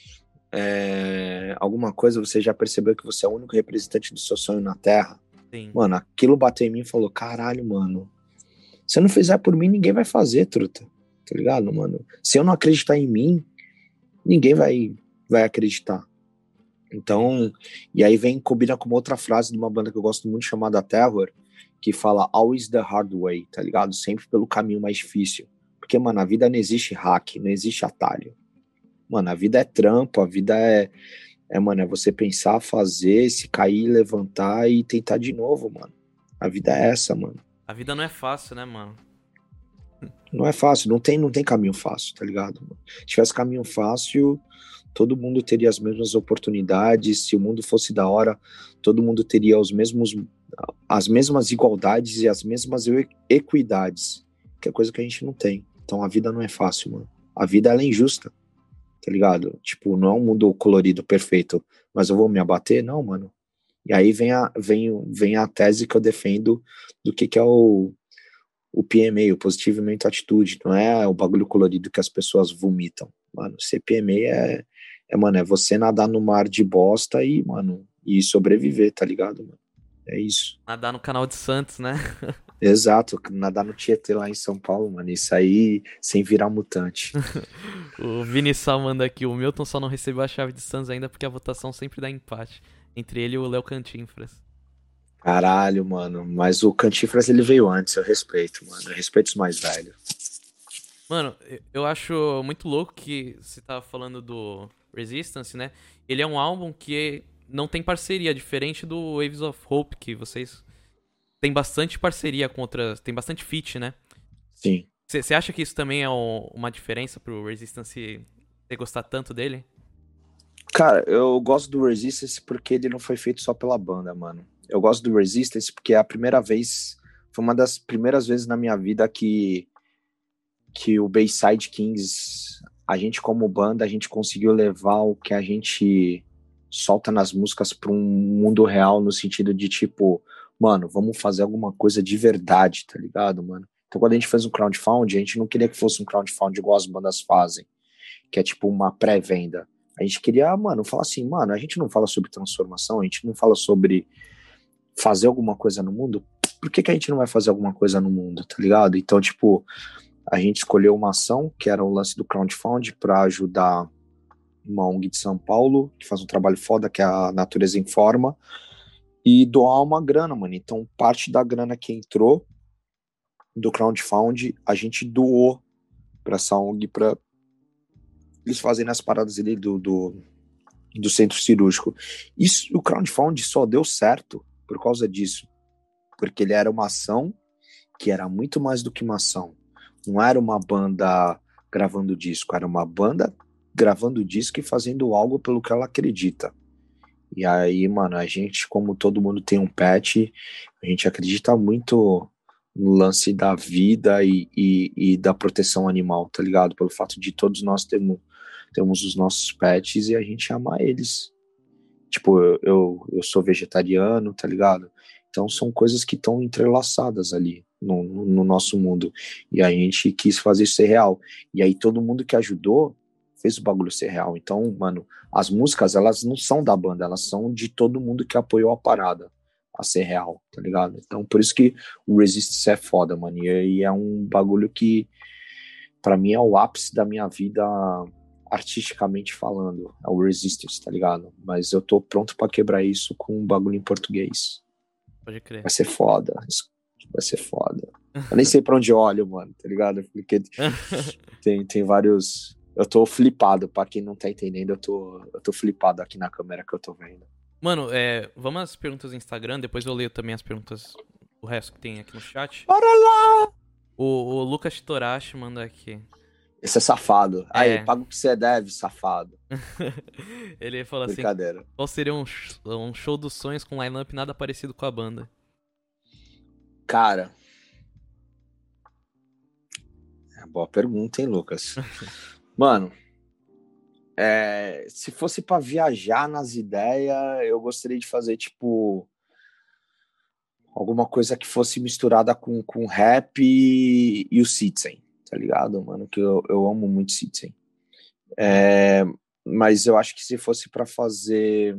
É, alguma coisa, você já percebeu que você é o único representante do seu sonho na Terra?
Sim.
Mano, aquilo bateu em mim e falou: caralho, mano. Se eu não fizer por mim, ninguém vai fazer, truta. Tá ligado, mano? Se eu não acreditar em mim, ninguém vai, vai acreditar.
Sim.
Então, e aí vem, combina com uma outra frase de uma banda que eu gosto muito chamada Terror, que fala always the hard way, tá ligado? Sempre pelo caminho mais difícil. Porque, mano, a vida não existe hack, não existe atalho. Mano, a vida é trampo, a vida é, é, mano, é você pensar, fazer, se cair, levantar e tentar de novo, mano. A vida é essa, mano.
A vida não é fácil, né, mano?
Não é fácil, não tem, não tem caminho fácil, tá ligado? Mano? Se tivesse caminho fácil, todo mundo teria as mesmas oportunidades. Se o mundo fosse da hora, todo mundo teria os mesmos, as mesmas igualdades e as mesmas equidades, que é coisa que a gente não tem. Então a vida não é fácil, mano. A vida ela é injusta, tá ligado? Tipo, não é um mundo colorido, perfeito, mas eu vou me abater? Não, mano. E aí vem a, vem, vem a tese que eu defendo do que, que é o o P M A, o Positive Mental Attitude, não é o bagulho colorido que as pessoas vomitam. Mano, ser P M A é, é, mano, é você nadar no mar de bosta e, mano, e sobreviver, tá ligado, mano? É isso.
Nadar no canal de Santos, né?
Exato, nadar no Tietê lá em São Paulo, mano, isso aí sem virar mutante.
O Vini Sal manda aqui, o Milton só não recebeu a chave de Santos ainda porque a votação sempre dá empate entre ele e o Léo Cantinfras.
Caralho, mano, mas o Cantifras ele veio antes, eu respeito, mano, eu respeito os mais velhos.
Mano, eu acho muito louco que você tava falando do Resistance, né? Ele é um álbum que não tem parceria, diferente do Waves of Hope, que vocês têm bastante parceria com outras. Tem bastante feat, né?
Sim.
Você acha que isso também é um- uma diferença pro Resistance você gostar tanto dele?
Cara, eu gosto do Resistance porque ele não foi feito só pela banda, mano. Eu gosto do Resistance porque é a primeira vez, foi uma das primeiras vezes na minha vida que, que o Bayside Kings, a gente como banda, a gente conseguiu levar o que a gente solta nas músicas para um mundo real, no sentido de tipo, mano, vamos fazer alguma coisa de verdade, tá ligado, mano? Então quando a gente fez um crowdfunding, a gente não queria que fosse um crowdfunding igual as bandas fazem, que é tipo uma pré-venda. A gente queria, mano, falar assim, mano, a gente não fala sobre transformação, a gente não fala sobre fazer alguma coisa no mundo, por que que a gente não vai fazer alguma coisa no mundo, tá ligado? Então, tipo, a gente escolheu uma ação, que era o lance do crowdfunding, para ajudar uma O N G de São Paulo, que faz um trabalho foda, que é a Natureza Informa, e doar uma grana, mano. Então, parte da grana que entrou do crowdfund, a gente doou pra essa O N G, pra eles fazerem as paradas ali do, do, do centro cirúrgico. Isso, o crowdfund só deu certo por causa disso, porque ele era uma ação que era muito mais do que uma ação. Não era uma banda gravando disco, era uma banda gravando disco e fazendo algo pelo que ela acredita. E aí, mano, a gente, como todo mundo tem um pet, a gente acredita muito no lance da vida e, e, e da proteção animal, tá ligado? Pelo fato de todos nós termos, temos os nossos pets e a gente ama eles. Tipo, eu, eu, eu sou vegetariano, tá ligado? Então são coisas que estão entrelaçadas ali no, no nosso mundo. E a gente quis fazer isso ser real. E aí todo mundo que ajudou fez o bagulho ser real. Então, mano, as músicas, elas não são da banda, elas são de todo mundo que apoiou a parada a ser real, tá ligado? Então, por isso que o Resistance é foda, mano. E aí é um bagulho que, pra mim, é o ápice da minha vida artisticamente falando. É o Resistance, tá ligado? Mas eu tô pronto pra quebrar isso com um bagulho em português.
Pode crer.
Vai ser foda. Vai ser foda. Eu nem sei pra onde eu olho, mano, tá ligado? Porque tem, tem vários... Eu tô flipado, pra quem não tá entendendo, eu tô, eu tô flipado aqui na câmera que eu tô vendo.
Mano, é, vamos às perguntas do Instagram, depois eu leio também as perguntas, o resto que tem aqui no chat.
Bora lá!
O, o Lucas Torashi manda aqui.
Esse é safado. Aí,
É.
paga o que você deve, safado.
Ele falou assim,
Brincadeira.
qual seria um, um show dos sonhos com line-up nada parecido com a banda?
Cara... É boa pergunta, hein, Lucas? Mano, é, se fosse pra viajar nas ideias, eu gostaria de fazer, tipo, alguma coisa que fosse misturada com, com rap e, e o Citizen, tá ligado, mano? Que eu, eu amo muito Citizen. É, mas eu acho que se fosse pra fazer,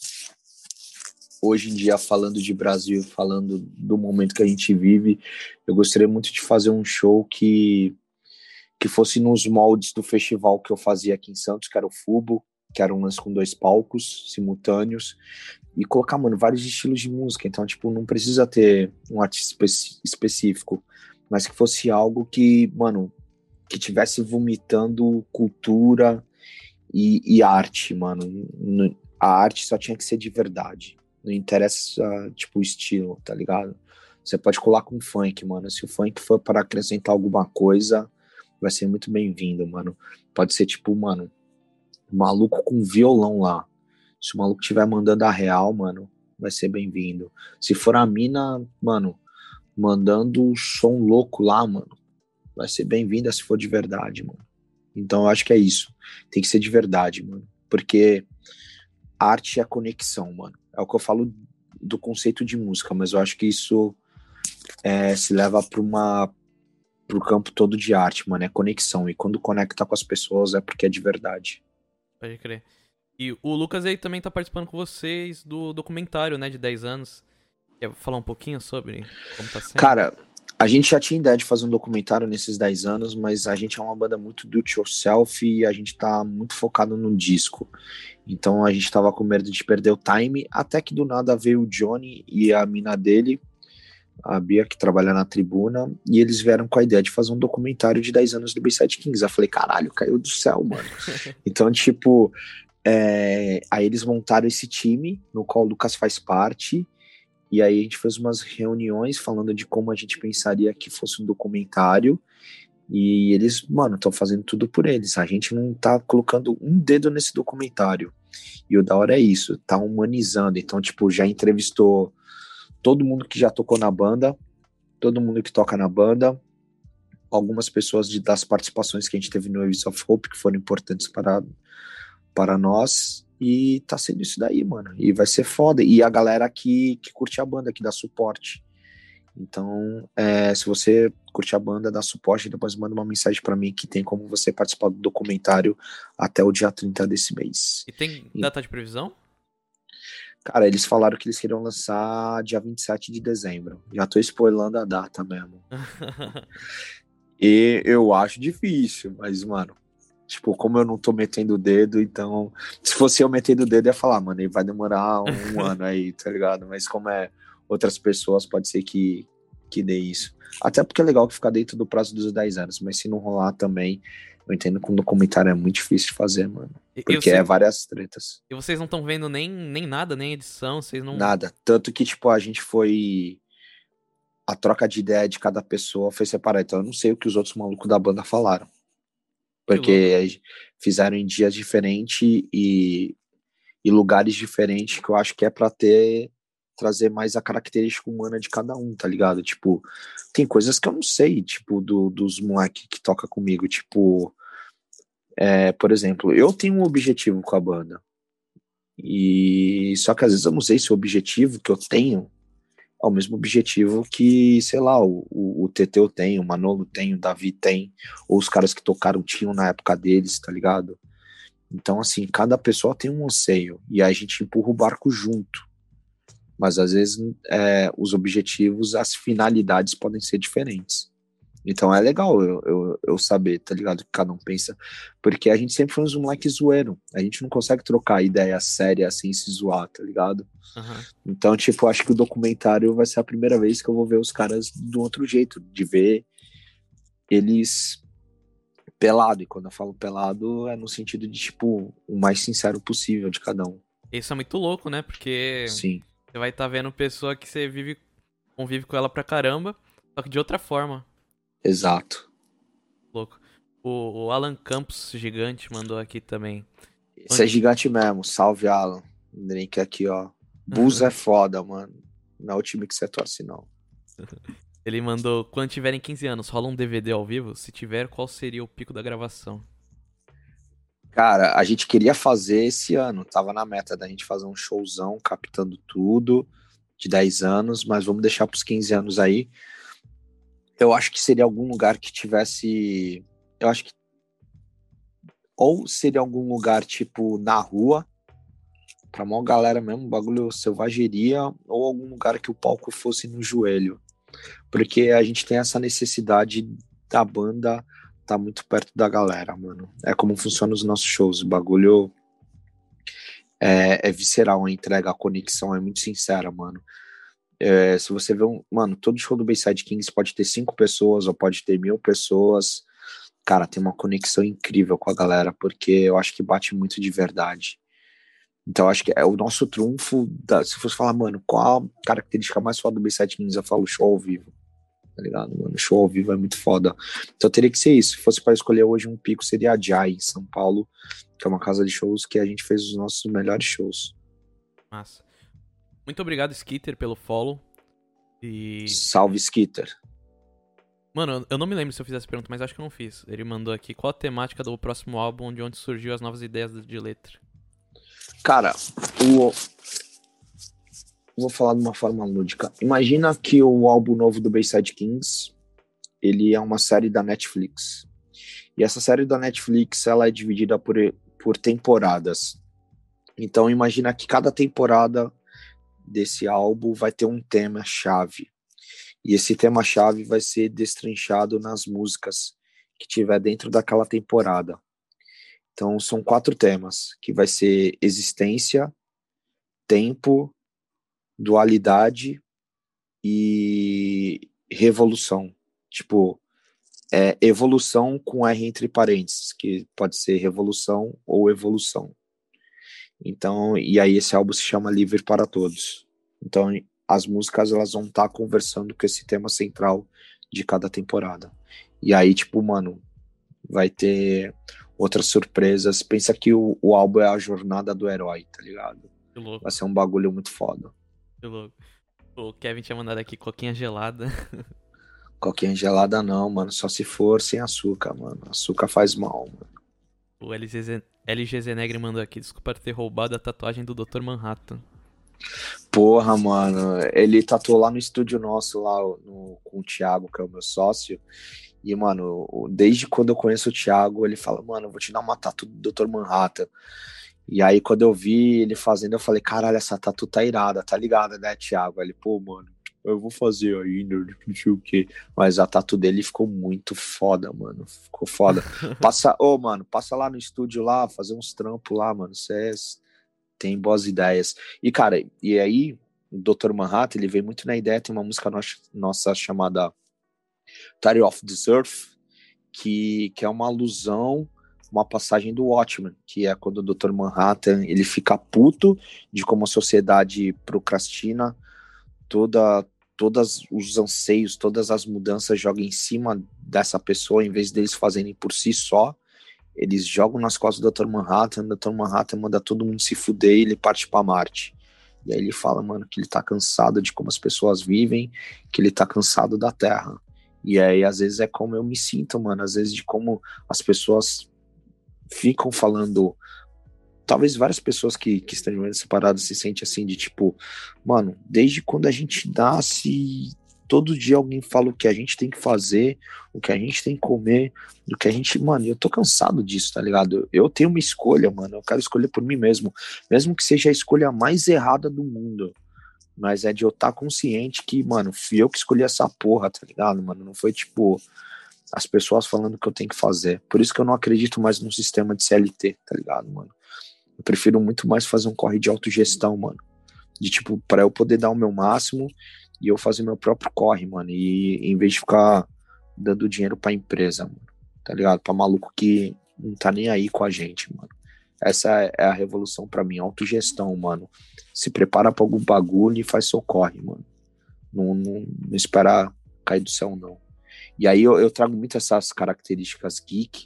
hoje em dia, falando de Brasil, falando do momento que a gente vive, eu gostaria muito de fazer um show que que fosse nos moldes do festival que eu fazia aqui em Santos, que era o Fubo, que era um lance com dois palcos simultâneos, e colocar, mano, vários estilos de música. Então, tipo, não precisa ter um artista espe- específico, mas que fosse algo que, mano, que tivesse vomitando cultura e, e arte, mano. A arte só tinha que ser de verdade. Não interessa, tipo, o estilo, tá ligado? Você pode colar com funk, mano. Se o funk for para acrescentar alguma coisa, vai ser muito bem-vindo, mano. Pode ser tipo, mano, um maluco com violão lá. Se o maluco estiver mandando a real, mano, vai ser bem-vindo. Se for a mina, mano, mandando um som louco lá, mano, vai ser bem-vinda se for de verdade, mano. Então eu acho que é isso. Tem que ser de verdade, mano. Porque arte é conexão, mano. É o que eu falo do conceito de música, mas eu acho que isso é, se leva para uma pro campo todo de arte, mano, é conexão. E quando conecta com as pessoas é porque é de verdade.
Pode crer. E o Lucas aí também tá participando com vocês do documentário, né, de dez anos. Quer falar um pouquinho sobre como tá sendo?
Cara, a gente já tinha ideia de fazer um documentário nesses dez anos, mas a gente é uma banda muito do it yourself e a gente tá muito focado no disco. Então a gente tava com medo de perder o time, até que do nada veio o Johnny e a mina dele, a Bia, que trabalha na Tribuna, e eles vieram com a ideia de fazer um documentário de dez anos do Bayside Kings. Eu falei, caralho, caiu do céu, mano. Então, tipo, é... aí eles montaram esse time, no qual o Lucas faz parte, e aí a gente fez umas reuniões falando de como a gente pensaria que fosse um documentário, e eles, mano, estão fazendo tudo por eles. A gente não tá colocando um dedo nesse documentário. E o da hora é isso, tá humanizando. Então, tipo, já entrevistou todo mundo que já tocou na banda, todo mundo que toca na banda, algumas pessoas de, das participações que a gente teve no Waves of Hope, que foram importantes para, para nós, e tá sendo isso daí, mano, e vai ser foda, e a galera que, que curte a banda, que dá suporte. Então, é, se você curte a banda, dá suporte, depois manda uma mensagem para mim que tem como você participar do documentário até o dia trinta desse mês.
E tem data de previsão?
Cara, eles falaram que eles queriam lançar dia vinte e sete de dezembro. Já tô spoilando a data mesmo. E eu acho difícil, mas, mano, Tipo, como eu não tô metendo o dedo, então... Se fosse eu metendo o dedo, eu ia falar, mano, ele vai demorar um ano aí, tá ligado? Mas como é outras pessoas, pode ser que, que dê isso. Até porque é legal que ficar dentro do prazo dos dez anos, mas se não rolar também, eu entendo que um documentário é muito difícil de fazer, mano.
E, e
Porque
você-
é várias tretas.
e vocês não estão vendo nem, nem nada, nem edição, vocês não.
Nada. Tanto que, tipo, a gente foi... A troca de ideia de cada pessoa foi separada. Então eu não sei o que os outros malucos da banda falaram.
Que louco.
Porque fizeram em dias diferentes e, e lugares diferentes, que eu acho que é pra ter... trazer mais a característica humana de cada um, tá ligado? Tipo, tem coisas que eu não sei, tipo, do, dos moleques que toca comigo. Tipo, é, por exemplo, eu tenho um objetivo com a banda. E só que às vezes eu não sei se o objetivo que eu tenho é o mesmo objetivo que, sei lá, o, o, o Teteu tem, o Manolo tem, o Davi tem, ou os caras que tocaram tinham na época deles, tá ligado? Então, assim, cada pessoa tem um anseio, e aí a gente empurra o barco junto. Mas às vezes é, os objetivos, as finalidades podem ser diferentes. Então é legal eu, eu, eu saber, tá ligado? O que cada um pensa. Porque a gente sempre foi uns moleques zoeiro. A gente não consegue trocar ideia séria sem se zoar, tá ligado?
Aham.
Então, tipo, acho que o documentário vai ser a primeira vez que eu vou ver os caras do outro jeito, de ver eles pelado. E quando eu falo pelado, é no sentido de, tipo, o mais sincero possível de cada um.
Isso é muito louco, né? Porque
Sim,
você vai estar vendo pessoa que você vive, convive com ela pra caramba, só que de outra forma.
exato.
Louco. O, o Alan Campos, gigante, mandou aqui também.
Esse é gigante mesmo. Salve, Alan. Drink aqui, ó. Bulls é foda, mano. Não é o time que você torce, não.
Ele mandou: quando tiverem quinze anos, rola um D V D ao vivo? Se tiver, qual seria o pico da gravação?
Cara, a gente queria fazer esse ano. Tava na meta da gente fazer um showzão, captando tudo, de dez anos, mas vamos deixar pros quinze anos aí. Eu acho que seria algum lugar que tivesse... Eu acho que... Ou seria algum lugar, tipo, na rua, pra maior galera mesmo, bagulho selvageria, ou algum lugar que o palco fosse no joelho. Porque a gente tem essa necessidade da banda tá muito perto da galera, mano. É como funcionam os nossos shows. O bagulho é, é visceral, a entrega, a conexão é muito sincera, mano. É, se você vê um... Mano, todo show do Bayside Kings pode ter cinco pessoas ou pode ter mil pessoas. Cara, tem uma conexão incrível com a galera, porque eu acho que bate muito de verdade. Então, eu acho que é o nosso trunfo. Da... Se fosse falar, mano, qual a característica mais foda do Bayside Kings? Eu falo show ao vivo. Tá ligado, mano? Show ao vivo é muito foda. Então teria que ser isso. Se fosse para escolher hoje um pico, seria a Jai, em São Paulo, que é uma casa de shows que a gente fez os nossos melhores shows.
Massa. Muito obrigado, Skitter, pelo follow. E.
Salve, Skitter.
Mano, eu não me lembro se eu fiz essa pergunta, mas acho que eu não fiz. Ele mandou aqui: qual a temática do próximo álbum, de onde surgiu as novas ideias de letra?
Cara, o... vou falar de uma forma lúdica. Imagina que o álbum novo do Bayside Kings, ele é uma série da Netflix. E essa série da Netflix, ela é dividida por, por temporadas. Então imagina que cada temporada desse álbum vai ter um tema-chave. E esse tema-chave vai ser destrinchado nas músicas que tiver dentro daquela temporada. Então são quatro temas, que vai ser existência, tempo, dualidade e revolução. Tipo, é evolução com R entre parênteses, que pode ser revolução ou evolução. Então, e aí esse álbum se chama Livre para Todos. Então, as músicas elas vão estar conversando com esse tema central de cada temporada. E aí, tipo, mano, vai ter outras surpresas. Pensa que o, o álbum é a jornada do herói, tá ligado?
Que louco,
Vai ser um bagulho muito foda.
que louco. O Kevin tinha mandado aqui coquinha gelada.
Coquinha gelada não, mano. Só se for sem açúcar, mano. Açúcar faz mal, mano.
O L G Z, L G Z Negre mandou aqui: desculpa ter roubado a tatuagem do doutor Manhattan.
Porra, mano. Ele tatuou lá no estúdio nosso, lá no, com o Thiago, que é o meu sócio. E, mano, desde quando eu conheço o Thiago, ele fala, mano, eu vou te dar uma tatu do doutor Manhattan. E aí, quando eu vi ele fazendo, eu falei, caralho, essa tatu tá irada, tá ligada, né, Thiago? Aí ele, pô, mano, eu vou fazer ainda, não sei o quê. Mas a tatu dele ficou muito foda, mano. Ficou foda. Passa, ô, mano, passa lá no estúdio lá, fazer uns trampos lá, mano. Você tem boas ideias. E, cara, e aí, o doutor Manhattan, ele veio muito na ideia, tem uma música nossa, nossa chamada Tire of the Earth, que, que é uma alusão, uma passagem do Watchmen, que é quando o doutor Manhattan, ele fica puto de como a sociedade procrastina toda, todos os anseios, todas as mudanças jogam em cima dessa pessoa, em vez deles fazerem por si só, eles jogam nas costas do doutor Manhattan, o doutor Manhattan manda todo mundo se fuder e ele parte pra Marte. E aí ele fala, mano, que ele tá cansado de como as pessoas vivem, que ele tá cansado da Terra. E aí, às vezes, é como eu me sinto, mano, às vezes de como as pessoas ficam falando, talvez várias pessoas que, que estão de separadas se sentem assim, de tipo, mano, desde quando a gente nasce, todo dia alguém fala o que a gente tem que fazer, o que a gente tem que comer, do que a gente, mano, eu tô cansado disso, tá ligado? Eu tenho uma escolha, mano, eu quero escolher por mim mesmo, mesmo que seja a escolha mais errada do mundo, mas é de eu estar consciente que, mano, fui eu que escolhi essa porra, tá ligado, mano? Não foi, tipo, as pessoas falando o que eu tenho que fazer. Por isso que eu não acredito mais num sistema de C L T, tá ligado, mano? Eu prefiro muito mais fazer um corre de autogestão, mano. De, tipo, pra eu poder dar o meu máximo e eu fazer meu próprio corre, mano. E em vez de ficar dando dinheiro pra empresa, mano. Tá ligado? Pra maluco que não tá nem aí com a gente, mano. Essa é a revolução pra mim, autogestão, mano. Se prepara pra algum bagulho e faz seu corre, mano. Não, não, não espera cair do céu, não. E aí eu, eu trago muito essas características geek.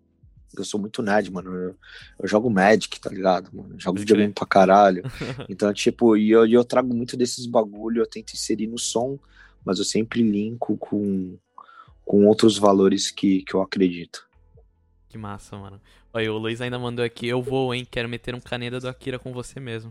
Eu sou muito nerd, mano. Eu, eu jogo Magic, tá ligado, mano? Eu jogo videogame pra caralho. Então, tipo, e eu, eu trago muito desses bagulho, eu tento inserir no som, mas eu sempre linko com, com outros valores que, que eu acredito.
Que massa, mano. Olha, o Luiz ainda mandou aqui, eu vou, hein? Quero meter um Kaneda do Akira com você mesmo.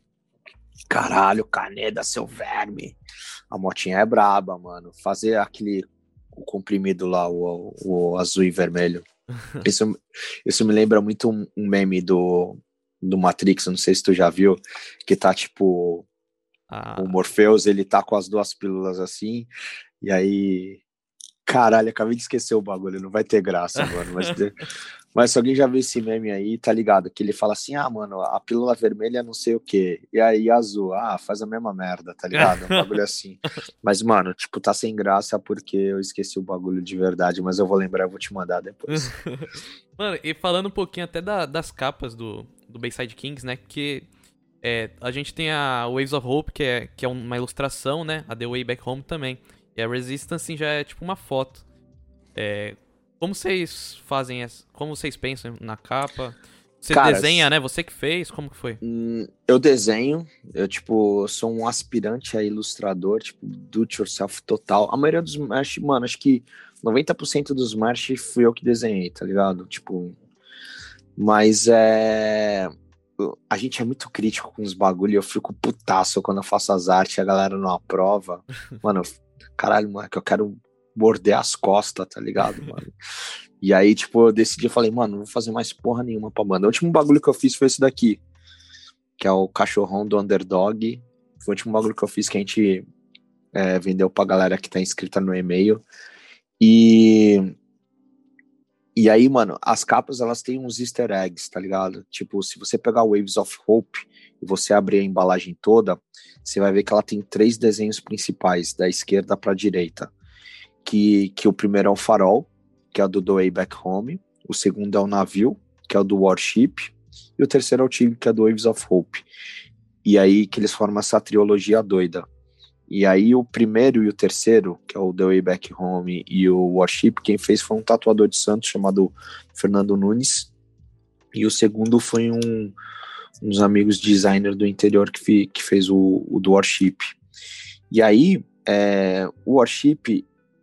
Caralho, Kaneda, seu verme. A motinha é braba, mano. Fazer aquele o comprimido lá, o, o azul e vermelho. Isso, isso me lembra muito um, um meme do, do Matrix, não sei se tu já viu, que tá tipo ah. o Morpheus, ele tá com as duas pílulas assim, e aí caralho, acabei de esquecer o bagulho, não vai ter graça, mano, mas, mas se alguém já viu esse meme aí, tá ligado, que ele fala assim, ah, mano, a pílula vermelha é não sei o que, e aí a azul, ah, faz a mesma merda, tá ligado, um bagulho assim, mas mano, tipo, tá sem graça porque eu esqueci o bagulho de verdade, mas eu vou lembrar, eu vou te mandar depois.
Mano, e falando um pouquinho até da, das capas do, do Bayside Kings, né, que é, a gente tem a Waves of Hope, que é, que é uma ilustração, né, a The Way Back Home também. E a Resistance já é tipo uma foto. É, como vocês fazem essa, como vocês pensam na capa? Você Cara, desenha, né? Você que fez? Como que foi?
Eu desenho. Eu, tipo, sou um aspirante a ilustrador, tipo, do it yourself total. A maioria dos merch, mano, acho que noventa por cento dos merch fui eu que desenhei, tá ligado? Tipo, mas é... A gente é muito crítico com os bagulho e eu fico putaço quando eu faço as artes e a galera não aprova. Mano, caralho, mano, que eu quero morder as costas, tá ligado, mano? E aí, tipo, eu decidi, eu falei, mano, não vou fazer mais porra nenhuma pra banda. O último bagulho que eu fiz foi esse daqui, que é o cachorrão do Underdog. Foi o último bagulho que eu fiz que a gente é, vendeu pra galera que tá inscrita no e-mail. E... E aí, mano, as capas, elas têm uns easter eggs, tá ligado? Tipo, se você pegar o Waves of Hope e você abrir a embalagem toda, você vai ver que ela tem três desenhos principais, da esquerda pra direita. Que, que o primeiro é o farol, que é o do The Way Back Home. O segundo é o navio, que é o do Warship. E o terceiro é o time, que é do Waves of Hope. E aí que eles formam essa trilogia doida. E aí o primeiro e o terceiro, que é o The Way Back Home e o Warship, quem fez foi um tatuador de Santos chamado Fernando Nunes. E o segundo foi um, uns amigos designer do interior que, fi, que fez o, o do Warship. E aí é, o Warship,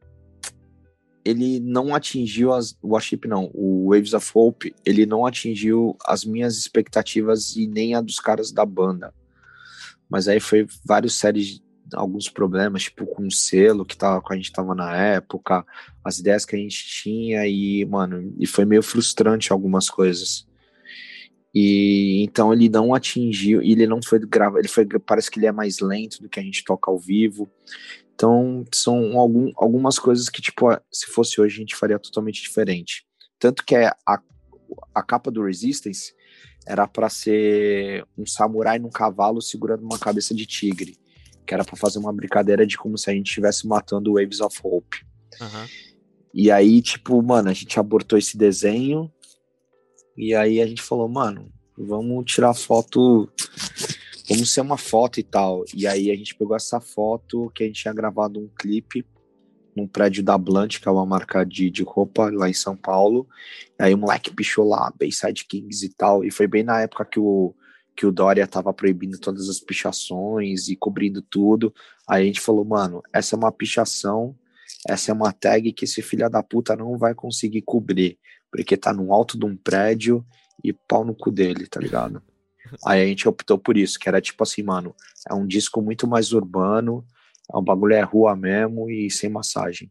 ele não atingiu as... O Warship não, o Waves of Hope, ele não atingiu as minhas expectativas e nem a dos caras da banda. Mas aí foi várias séries de alguns problemas, tipo com o selo que tava, que a gente tava na época, as ideias que a gente tinha e, mano, e foi meio frustrante algumas coisas. E então ele não atingiu, e ele não foi gravar, ele foi, parece que ele é mais lento do que a gente toca ao vivo. Então são algum, algumas coisas que, tipo, se fosse hoje a gente faria totalmente diferente. Tanto que a, a capa do Resistance era para ser um samurai num cavalo segurando uma cabeça de tigre, que era para fazer uma brincadeira de como se a gente estivesse matando Waves of Hope.
Uhum.
E aí, tipo, mano, a gente abortou esse desenho. E aí a gente falou, mano, vamos tirar foto, vamos ser uma foto e tal. E aí a gente pegou essa foto que a gente tinha gravado um clipe num prédio da Blunt, que é uma marca de, de roupa lá em São Paulo. E aí o moleque pichou lá, Bayside Kings e tal. E foi bem na época que o, que o Dória tava proibindo todas as pichações e cobrindo tudo. Aí a gente falou, mano, essa é uma pichação, essa é uma tag que esse filho da puta não vai conseguir cobrir, porque tá no alto de um prédio e pau no cu dele, tá ligado? Aí a gente optou por isso, que era tipo assim, mano, é um disco muito mais urbano, é um bagulho é rua mesmo e sem massagem.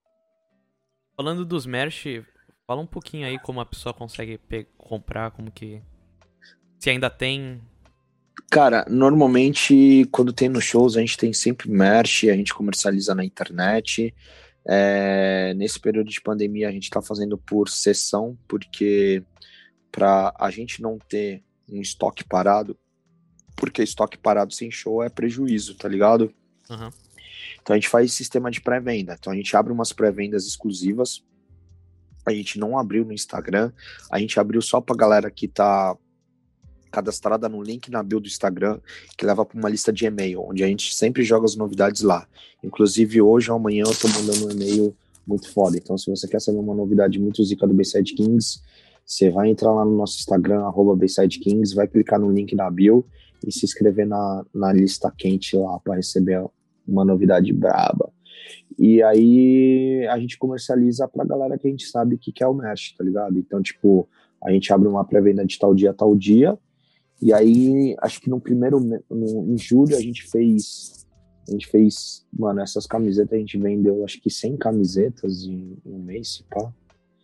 Falando dos merch, fala um pouquinho aí como a pessoa consegue pe- comprar, como que... Se ainda tem...
Cara, normalmente quando tem nos shows a gente tem sempre merch, a gente comercializa na internet. É, nesse período de pandemia a gente tá fazendo por sessão, porque pra a gente não ter um estoque parado, porque estoque parado sem show é prejuízo, tá ligado?
Uhum.
Então a gente faz sistema de pré-venda. Então a gente abre umas pré-vendas exclusivas. A gente não abriu no Instagram, a gente abriu só pra galera que tá cadastrada no link na bio do Instagram, que leva para uma lista de e-mail, onde a gente sempre joga as novidades lá. Inclusive hoje ou amanhã eu tô mandando um e-mail muito foda. Então se você quer saber uma novidade muito zica do Bayside Kings, você vai entrar lá no nosso Instagram, arroba Bayside Kings, vai clicar no link na bio e se inscrever na, na lista quente lá para receber uma novidade braba. E aí a gente comercializa pra galera que a gente sabe que quer o merch, tá ligado? Então, tipo, a gente abre uma pré-venda de tal dia a tal dia. E aí, acho que no primeiro, no, em julho, a gente fez, a gente fez, mano, essas camisetas a gente vendeu, acho que cem camisetas em, em um mês, se pá.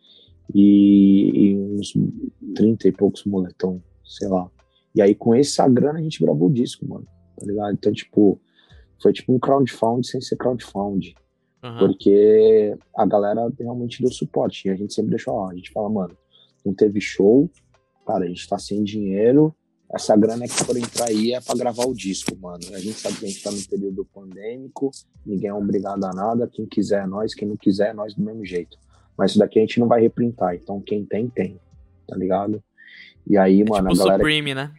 E, e uns trinta e poucos moletom, sei lá. E aí, com essa grana, a gente gravou o disco, mano, tá ligado? Então, tipo, foi tipo um crowdfund sem ser crowdfund.
Uhum.
Porque a galera realmente deu suporte. E a gente sempre deixou lá. A gente fala, mano, não teve show, cara, a gente tá sem dinheiro. Essa grana que for entrar aí é pra gravar o disco, mano. A gente sabe que a gente tá no período pandêmico, ninguém é obrigado a nada, quem quiser é nós, quem não quiser é nós do mesmo jeito. Mas isso daqui a gente não vai reprintar, então quem tem, tem, tá ligado? E aí,
É
mano,
tipo
a galera...
Supreme, né?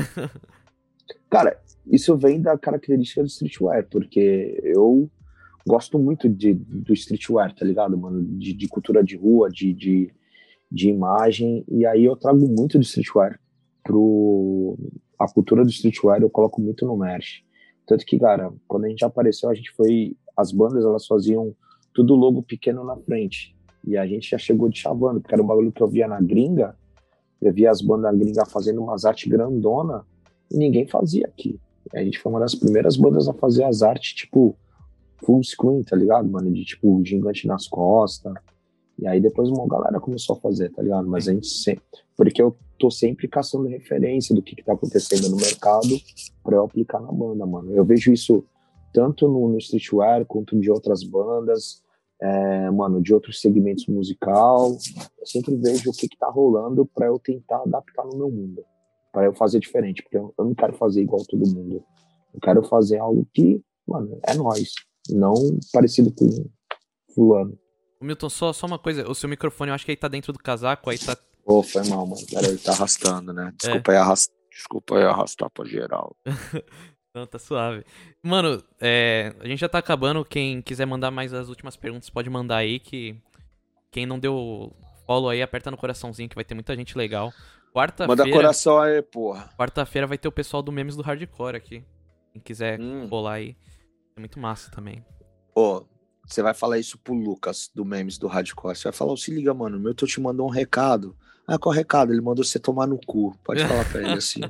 Cara, isso vem da característica do streetwear, porque eu gosto muito de, do streetwear, tá ligado, mano? De, de cultura de rua, de, de, de imagem, e aí eu trago muito do streetwear pro... A cultura do streetwear eu coloco muito no merch. Tanto que, cara, quando a gente apareceu, a gente foi... As bandas, elas faziam tudo logo pequeno na frente. E a gente já chegou de chavando, porque era um bagulho que eu via na gringa. Eu via as bandas gringas fazendo umas artes grandona e ninguém fazia aqui. A gente foi uma das primeiras bandas a fazer as artes, tipo, full screen, tá ligado, mano? De, tipo, gigante nas costas. E aí depois uma galera começou a fazer, tá ligado? Mas a gente sempre... Porque eu tô sempre caçando referência do que que tá acontecendo no mercado pra eu aplicar na banda, mano. Eu vejo isso tanto no, no streetwear quanto de outras bandas, é, mano, de outros segmentos musical. Eu sempre vejo o que que tá rolando pra eu tentar adaptar no meu mundo. Pra eu fazer diferente, porque eu, eu não quero fazer igual todo mundo. Eu quero fazer algo que, mano, é nós. Não parecido com fulano.
Milton, só, só uma coisa, o seu microfone eu acho que aí tá dentro do casaco, aí tá...
Ô, oh, foi mal, mano. Peraí, tá arrastando, né? Desculpa,
É.
aí, arrast... Desculpa aí arrastar pra geral.
Não, tá suave. Mano, é, a gente já tá acabando, quem quiser mandar mais as últimas perguntas pode mandar aí, que quem não deu follow aí, aperta no coraçãozinho que vai ter muita gente legal. Quarta-feira...
Manda coração aí, porra.
Quarta-feira vai ter o pessoal do Memes do Hardcore aqui. Quem quiser
Hum.
colar aí, é muito massa também.
Ô, oh, você vai falar isso pro Lucas, do Memes do Hardcore. Você vai falar, oh, se liga, mano, o meu tô te mandou um recado. Ah, qual recado? Ele mandou você tomar no cu. Pode falar pra ele assim.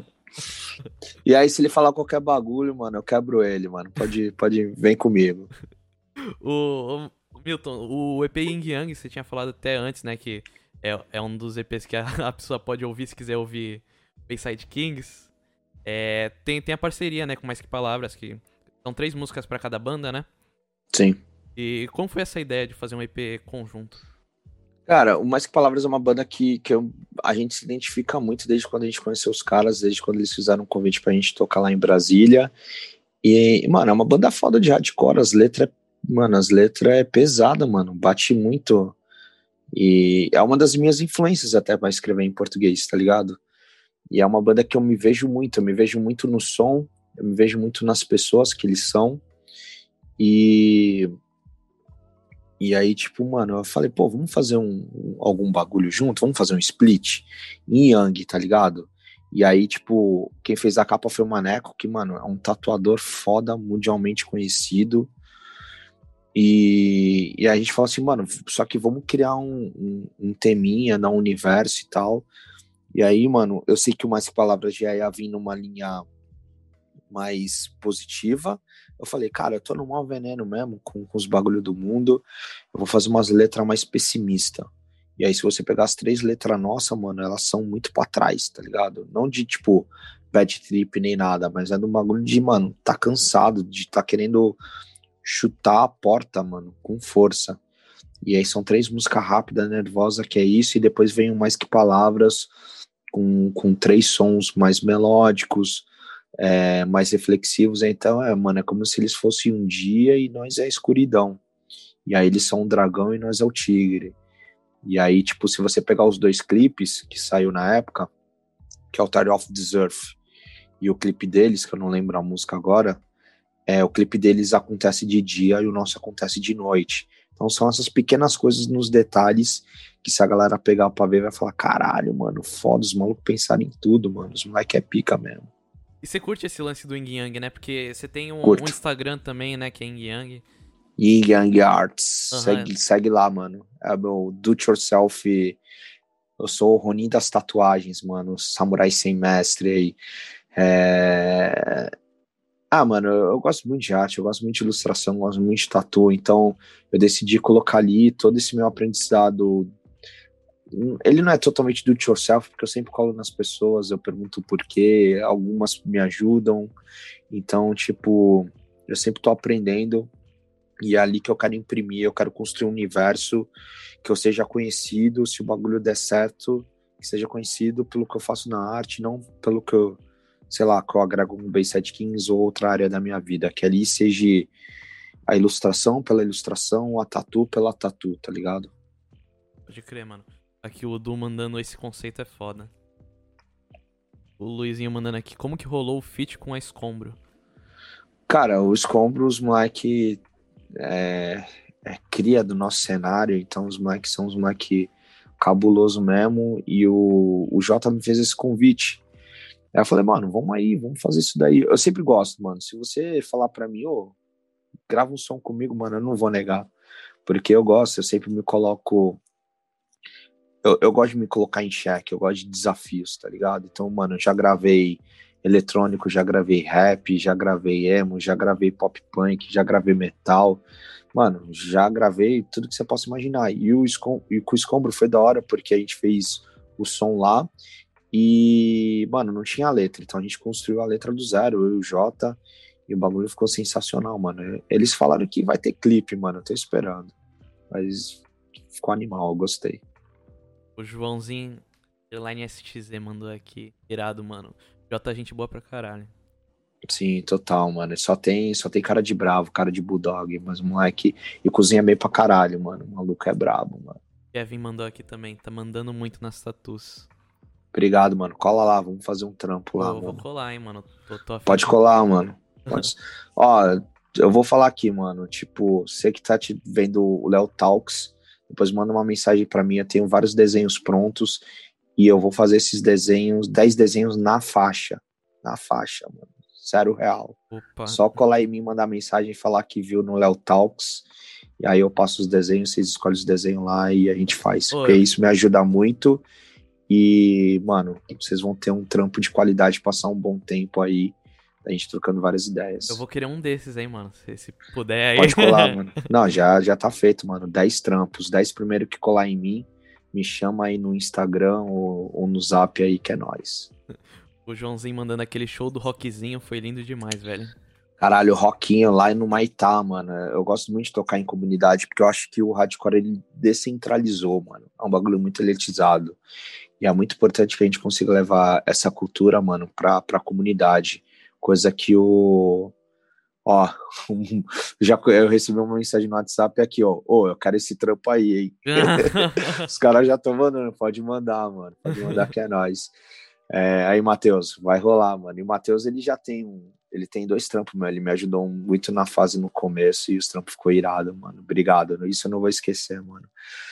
E aí, se ele falar qualquer bagulho, mano, eu quebro ele, mano. Pode, pode, vem comigo.
o, o Milton, o E P Yin Yang, você tinha falado até antes, né, que é, é um dos E Ps que a, a pessoa pode ouvir se quiser ouvir Bayside Kings, é, tem, tem a parceria, né, com Mais Que Palavras, que são três músicas pra cada banda, né?
Sim.
E como foi essa ideia de fazer um E P conjunto?
Cara, o Mais Que Palavras é uma banda que, que eu, a gente se identifica muito desde quando a gente conheceu os caras, desde quando eles fizeram um convite pra gente tocar lá em Brasília. E, mano, é uma banda foda de hardcore, as letras, mano, as letras é pesada, mano, bate muito. E é uma das minhas influências até pra escrever em português, tá ligado? E é uma banda que eu me vejo muito, eu me vejo muito no som, eu me vejo muito nas pessoas que eles são. E E aí, tipo, mano, eu falei, pô, vamos fazer um, um- algum bagulho junto? Vamos fazer um split em Yang, tá ligado? E aí, tipo, quem fez a capa foi o Maneco, que, mano, é um tatuador foda, mundialmente conhecido. E, e aí a gente falou assim, mano, só que vamos criar um, um, um teminha no universo e tal. E aí, mano, eu sei que o Mais Que Palavras já ia vir numa linha mais positiva. Eu falei, cara, eu tô no mau veneno mesmo com, com os bagulho do mundo. Eu vou fazer umas letras mais pessimistas. E aí, se você pegar as três letras nossas, mano, elas são muito pra trás, tá ligado? Não de, tipo, bad trip nem nada, mas é do bagulho de, mano, tá cansado, de tá querendo chutar a porta, mano, com força. E aí são três músicas rápidas, nervosa, que é isso, e depois vem o Mais Que Palavras, com, com três sons mais melódicos, é, mais reflexivos. Então, é, mano, é como se eles fossem um dia e nós é a escuridão. E aí eles são um dragão e nós é o tigre. E aí, tipo, se você pegar os dois clipes que saiu na época, que é o Tide of Deserve e o clipe deles, que eu não lembro a música agora, é, o clipe deles acontece de dia e o nosso acontece de noite. Então são essas pequenas coisas nos detalhes que se a galera pegar pra ver vai falar, caralho, mano, foda, os malucos pensaram em tudo, mano, os moleque é pica mesmo.
E você curte esse lance do Yin Yang, né? Porque você tem um, um
Curto.
Instagram também, né, que é Yin Yang.
Yin Yang Arts,
Aham.
segue, segue lá, mano. É meu do it yourself. Eu sou o Ronin das tatuagens, mano. Samurai sem mestre aí. É... Ah, mano, eu, eu gosto muito de arte, eu gosto muito de ilustração, eu gosto muito de tatu, então eu decidi colocar ali todo esse meu aprendizado. Ele não é totalmente do it yourself, porque eu sempre colo nas pessoas, eu pergunto por quê, algumas me ajudam, então, tipo, eu sempre tô aprendendo. E é ali que eu quero imprimir, eu quero construir um universo que eu seja conhecido, se o bagulho der certo, que seja conhecido pelo que eu faço na arte, não pelo que eu, sei lá, que eu agrego no Bayside Kings ou outra área da minha vida, que ali seja a ilustração pela ilustração, a tatu pela tatu, tá ligado?
Pode crer, mano. Aqui o Edu mandando esse conceito é foda. O Luizinho mandando aqui, como que rolou o feat com a Escombro?
Cara, os Escombros, moleque, é, é cria do nosso cenário, então os moleques são os moleque cabuloso mesmo, e o, o Jota me fez esse convite. Aí eu falei, mano, vamos aí, vamos fazer isso daí. Eu sempre gosto, mano, se você falar pra mim, ô, grava um som comigo, mano, eu não vou negar, porque eu gosto, eu sempre me coloco, eu, eu gosto de me colocar em xeque, eu gosto de desafios, tá ligado? Então, mano, eu já gravei eletrônico, já gravei rap, já gravei emo, já gravei pop punk, já gravei metal, mano, já gravei tudo que você possa imaginar. E o, Escom e com o Escombro foi da hora, porque a gente fez o som lá e, mano, não tinha letra, então a gente construiu a letra do zero, eu e o Jota, e o bagulho ficou sensacional, mano. Eles falaram que vai ter clipe, mano, eu tô esperando, mas ficou animal, eu gostei.
O Joãozinho, Line S X Z, mandou aqui. Irado, mano. Jota, gente boa pra caralho.
Sim, total, mano. Só tem, só tem cara de bravo, cara de bulldog, mas o moleque. E cozinha bem pra caralho, mano. O maluco é brabo, mano.
Kevin mandou aqui também. Tá mandando muito nas tatus.
Obrigado, mano. Cola lá, vamos fazer um trampo lá,
Pô, vou
mano.
colar, hein, mano. Tô, tô afim
Pode
de-
colar, mano. Pode... Ó, eu vou falar aqui, mano. Tipo, você que tá te vendo o Léo Talks, depois manda uma mensagem pra mim. Eu tenho vários desenhos prontos e eu vou fazer esses desenhos, dez desenhos na faixa. Na faixa, mano. Zero real.
Opa.
Só colar em mim, mandar mensagem e falar que viu no Léo Talks. E aí eu passo os desenhos, vocês escolhem os desenhos lá e a gente faz.
Ô,
Porque
eu-
isso me ajuda muito. E, mano, vocês vão ter um trampo de qualidade, passar um bom tempo aí, a gente trocando várias ideias.
Eu vou querer um desses, hein, mano. Se, se puder aí.
Pode colar, mano. Não, já, já tá feito, mano. dez trampos. dez primeiro que colar em mim, me chama aí no Instagram ou, ou no Zap aí, que é nóis.
O Joãozinho mandando aquele show do rockzinho foi lindo demais, velho.
Caralho, o rockinho lá no Maitá, mano. Eu gosto muito de tocar em comunidade, porque eu acho que o hardcore ele descentralizou, mano. É um bagulho muito elitizado. E é muito importante que a gente consiga levar essa cultura, mano, pra, pra comunidade. Coisa que o. Ó, um- já eu recebi uma mensagem no WhatsApp aqui, ó. Ô, eu quero esse trampo aí, hein? Os caras já estão mandando, pode mandar, mano. Pode mandar que é nóis. É, aí, Matheus, vai rolar, mano. E o Matheus, ele já tem um. Ele tem dois trampos, mano. Ele me ajudou muito na fase no começo e os trampos ficou irado, mano. Obrigado. Isso eu não vou esquecer, mano.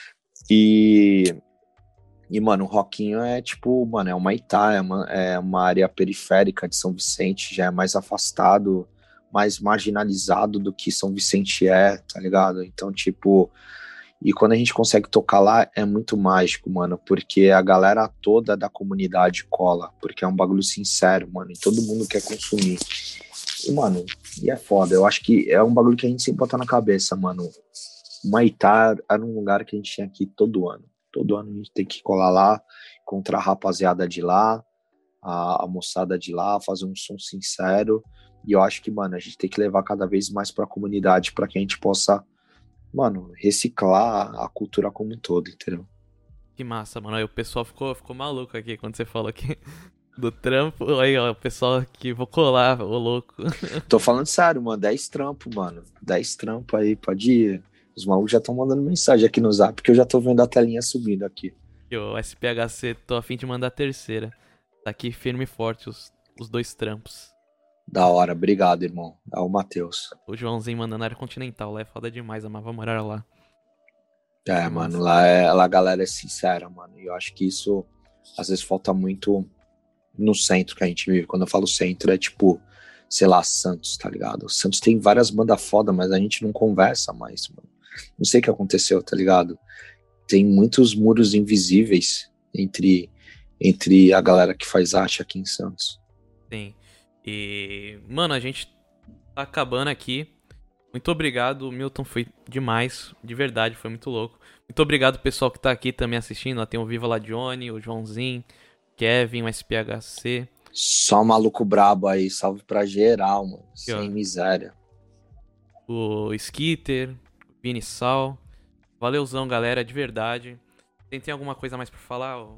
E. E, mano, o Rockinho é tipo, mano, é uma Itá, é uma, é uma área periférica de São Vicente, já é mais afastado, mais marginalizado do que São Vicente é, tá ligado? Então, tipo, e quando a gente consegue tocar lá, é muito mágico, mano, porque a galera toda da comunidade cola, porque é um bagulho sincero, mano, e todo mundo quer consumir. E, mano, e é foda, eu acho que é um bagulho que a gente sempre bota na cabeça, mano. Maitá era um lugar que a gente tinha aqui todo ano. Todo ano a gente tem que colar lá, encontrar a rapaziada de lá, a, a moçada de lá, fazer um som sincero. E eu acho que, mano, a gente tem que levar cada vez mais pra comunidade para que a gente possa, mano, reciclar a cultura como um todo, entendeu?
Que massa, mano. Aí o pessoal ficou, ficou maluco aqui quando você falou aqui do trampo. Aí, ó, o pessoal aqui, vou colar, ô louco.
Tô falando sério, mano, dez trampo, mano. dez trampo aí, pode ir. Os malucos já estão mandando mensagem aqui no Zap, que eu já tô vendo a telinha subindo aqui.
E o S P H C, tô a fim de mandar a terceira. Tá aqui firme e forte os, os dois trampos.
Da hora, obrigado, irmão. É o Matheus.
O Joãozinho mandando área continental lá é foda demais, amava morar lá.
É,
Que
mano,
massa.
lá, é, lá a galera é sincera, mano. E eu acho que isso às vezes falta muito no centro que a gente vive. Quando eu falo centro, é tipo, sei lá, Santos, tá ligado? Santos tem várias bandas foda, mas a gente não conversa mais, mano. Não sei o que aconteceu, tá ligado? Tem muitos muros invisíveis entre, entre a galera que faz arte aqui em Santos.
Sim. E, mano, a gente tá acabando aqui. Muito obrigado, Milton, foi demais, de verdade, foi muito louco. Muito obrigado pessoal que tá aqui também assistindo, ó, tem o Viva La Johnny, o Joãozinho, Kevin, o S P H C.
Só maluco brabo aí, salve pra geral, mano.
Aqui, ó,
Sem miséria.
o Skitter, o Vini Sal. Valeuzão, galera, de verdade. Tem, tem alguma coisa mais pra falar? Ou-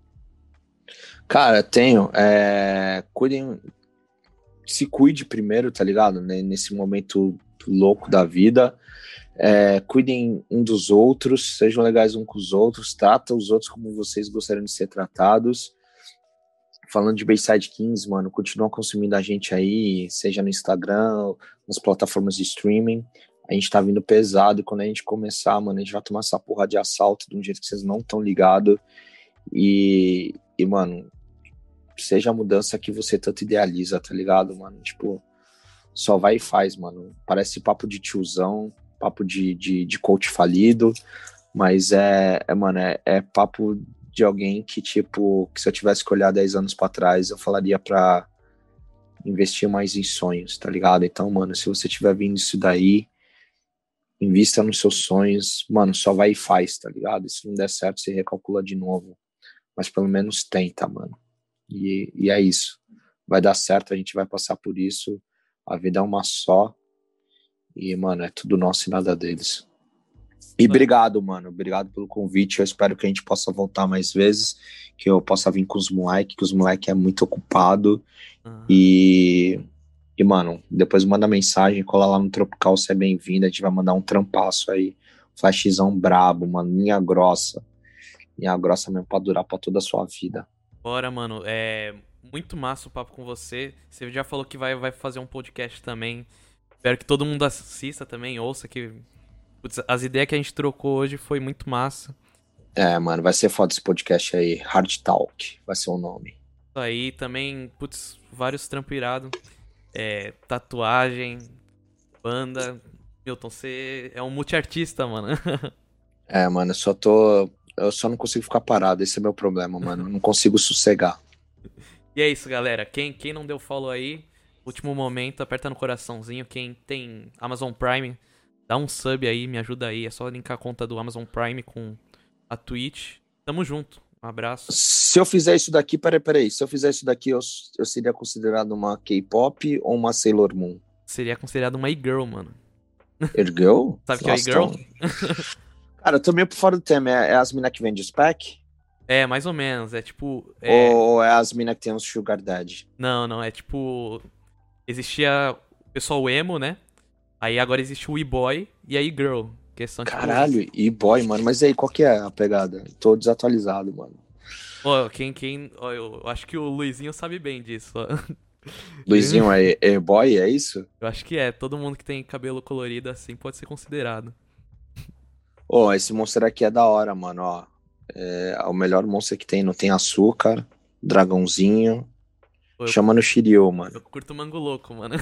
Cara, tenho. É... Cuidem. Se cuide primeiro, tá ligado? Né? Nesse momento louco da vida. É... Cuidem um dos outros, sejam legais um com os outros, trata os outros como vocês gostariam de ser tratados. Falando de Bayside Kings, mano, continua consumindo a gente aí, seja no Instagram, nas plataformas de streaming. A gente tá vindo pesado e quando a gente começar, mano, a gente vai tomar essa porra de assalto de um jeito que vocês não estão ligados. E, e, mano, seja a mudança que você tanto idealiza, tá ligado, mano? Tipo, só vai e faz, mano. Parece papo de tiozão, papo de, de, de coach falido, mas é, é mano, é, é papo de alguém que, tipo, que se eu tivesse que olhar dez anos pra trás, eu falaria pra investir mais em sonhos, tá ligado? Então, mano, se você tiver vindo isso daí, invista nos seus sonhos, mano, só vai e faz, tá ligado? E se não der certo, você recalcula de novo. Mas pelo menos tenta, mano. E, e é isso. Vai dar certo, a gente vai passar por isso. A vida é uma só. E, mano, é tudo nosso e nada deles. E obrigado, mano. Obrigado pelo convite. Eu espero que a gente possa voltar mais vezes. Que eu possa vir com os moleques, que os moleques é muito ocupado.
Aham.
E, e, mano, depois manda mensagem, cola lá no Tropical, você é bem-vindo. A gente vai mandar um trampaço aí. Flashzão brabo, mano. Linha grossa. Linha grossa mesmo pra durar pra toda a sua vida.
Bora, mano, é muito massa o papo com você. Você já falou que vai, vai fazer um podcast também. Espero que todo mundo assista também, ouça que... Putz, as ideias que a gente trocou hoje foi muito massa.
É, mano, vai ser foda esse podcast aí. Hard Talk vai ser o nome.
Isso aí também, putz, vários trampos irados. É, tatuagem, banda. Milton, você é um multiartista, mano.
É, mano, eu só tô. Eu só não consigo ficar parado. Esse é meu problema, mano. Eu não consigo sossegar.
E é isso, galera. Quem, quem não deu follow aí, último momento, aperta no coraçãozinho. Quem tem Amazon Prime, dá um sub aí, me ajuda aí. É só linkar a conta do Amazon Prime com a Twitch. Tamo junto. Um abraço.
Se eu fizer isso daqui, peraí, peraí. Se eu fizer isso daqui, eu, eu seria considerado uma K-pop ou uma Sailor Moon?
Seria considerado uma e-girl, mano.
E-girl?
Sabe o que é
Nossa,
e-girl?
então- Cara, eu tô meio por fora do tema. É, é as minas que vendem os pack?
É, mais ou menos. É tipo. É...
Ou é as minas que tem uns sugar daddy?
Não, não. É tipo. Existia o pessoal emo, né? Aí agora existe o e-boy e a e-girl. Que são tipo.
Caralho, e boy, mano. Mas aí, qual que é a pegada? Tô desatualizado, mano.
Ó, quem, quem. Ó, eu acho que o Luizinho sabe bem disso, ó.
Luizinho é, é boy, é isso?
Eu acho que é. Todo mundo que tem cabelo colorido assim pode ser considerado.
Ô, esse monstro aqui é da hora, mano, ó. É o melhor monstro que tem. Não tem açúcar, dragãozinho.
Pô, eu,
Chama no Shiryu, mano.
eu curto mango louco, mano.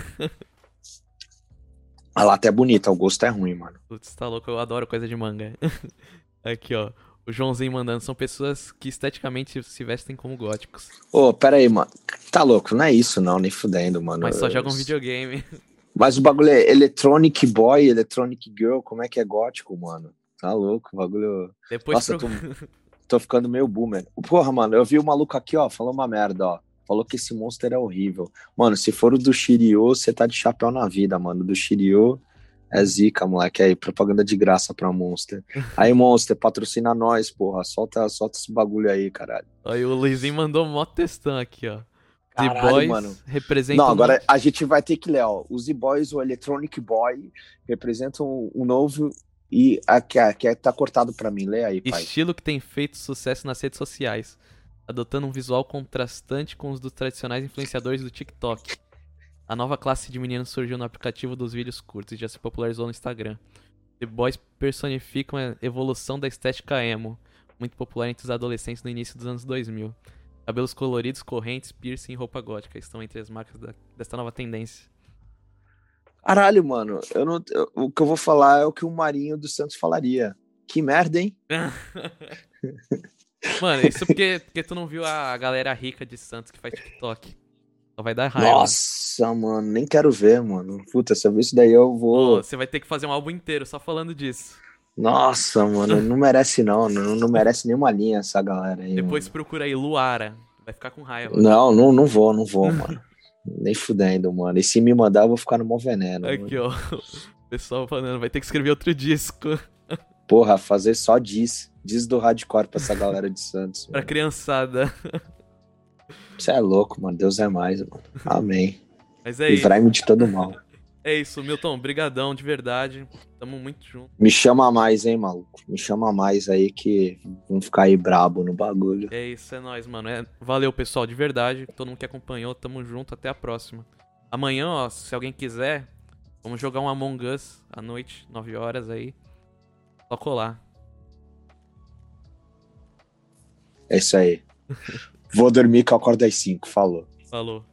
A lata é bonita, o gosto é ruim, mano.
Putz, tá louco, eu adoro coisa de manga. Aqui, ó. O Joãozinho mandando. São pessoas que esteticamente se vestem como góticos.
Ô, pera aí, mano. Tá louco, não é isso não, nem fudendo, mano.
Mas só
Eu-
jogam videogame.
Mas o bagulho é Electronic Boy, Electronic Girl, como é que é gótico, mano? Tá louco, o bagulho...
Depois
Nossa,
pro...
tô, tô ficando meio boomer. Porra, mano, eu vi o maluco aqui, ó, falou uma merda, ó. Falou que esse monstro é horrível. Mano, se for o do Shiryu, você tá de chapéu na vida, mano. Do Shiryu é zica, moleque. Aí, propaganda de graça pra Monster. Aí, Monster, patrocina nós, porra. Solta, solta esse bagulho aí, caralho.
Aí o Luizinho mandou mó textão aqui, ó. The
Caralho,
Boys
mano.
representam...
Não, agora a gente vai ter que ler, ó. Os Z-Boys, o Electronic Boy, representam um novo. E aqui, aqui tá cortado pra mim. Lê aí, pai.
Estilo que tem feito sucesso nas redes sociais, adotando um visual contrastante com os dos tradicionais influenciadores do TikTok. A nova classe de meninos surgiu no aplicativo dos vídeos curtos e já se popularizou no Instagram. The Boys personificam a evolução da estética emo, muito popular entre os adolescentes no início dos anos dois mil. Cabelos coloridos, correntes, piercing e roupa gótica estão entre as marcas da, desta nova tendência.
Caralho, mano. Eu não, eu- o que eu vou falar é o que o Marinho dos Santos falaria. Que merda, hein?
Mano, isso porque, porque tu não viu a galera rica de Santos que faz TikTok. Só vai dar raiva.
Nossa, mano. Nem quero ver, mano. Puta, se eu ver isso daí eu
Ô,
vou.
você vai ter que fazer um álbum inteiro só falando disso.
Nossa, mano. Não merece, não. Não, não merece nenhuma linha essa galera aí.
Depois
Mano.
procura aí Luara. Vai ficar com raiva.
Não, não, não vou, não vou, mano. Nem fudendo, mano. E se me mandar, eu vou ficar no mó veneno.
Aqui,
mano.
ó. O pessoal falando, vai ter que escrever outro disco
Porra, fazer só diz. Diz do hardcore pra essa galera de Santos.
pra
Mano.
criançada.
Você é louco, mano. Deus é mais, mano. Amém.
Mas é isso.
Livrai-me de todo mal.
É isso, Milton. Brigadão, de verdade. Tamo muito junto.
Me chama mais, hein, maluco. Me chama mais aí que vamos ficar aí brabo no bagulho.
É isso, é nóis, mano. É... Valeu, pessoal, de verdade. Todo mundo que acompanhou, tamo junto. Até a próxima. Amanhã, ó, se alguém quiser, vamos jogar um Among Us à noite, nove horas aí. Só colar.
É isso aí. Vou dormir que eu acordo às cinco. Falou.
Falou.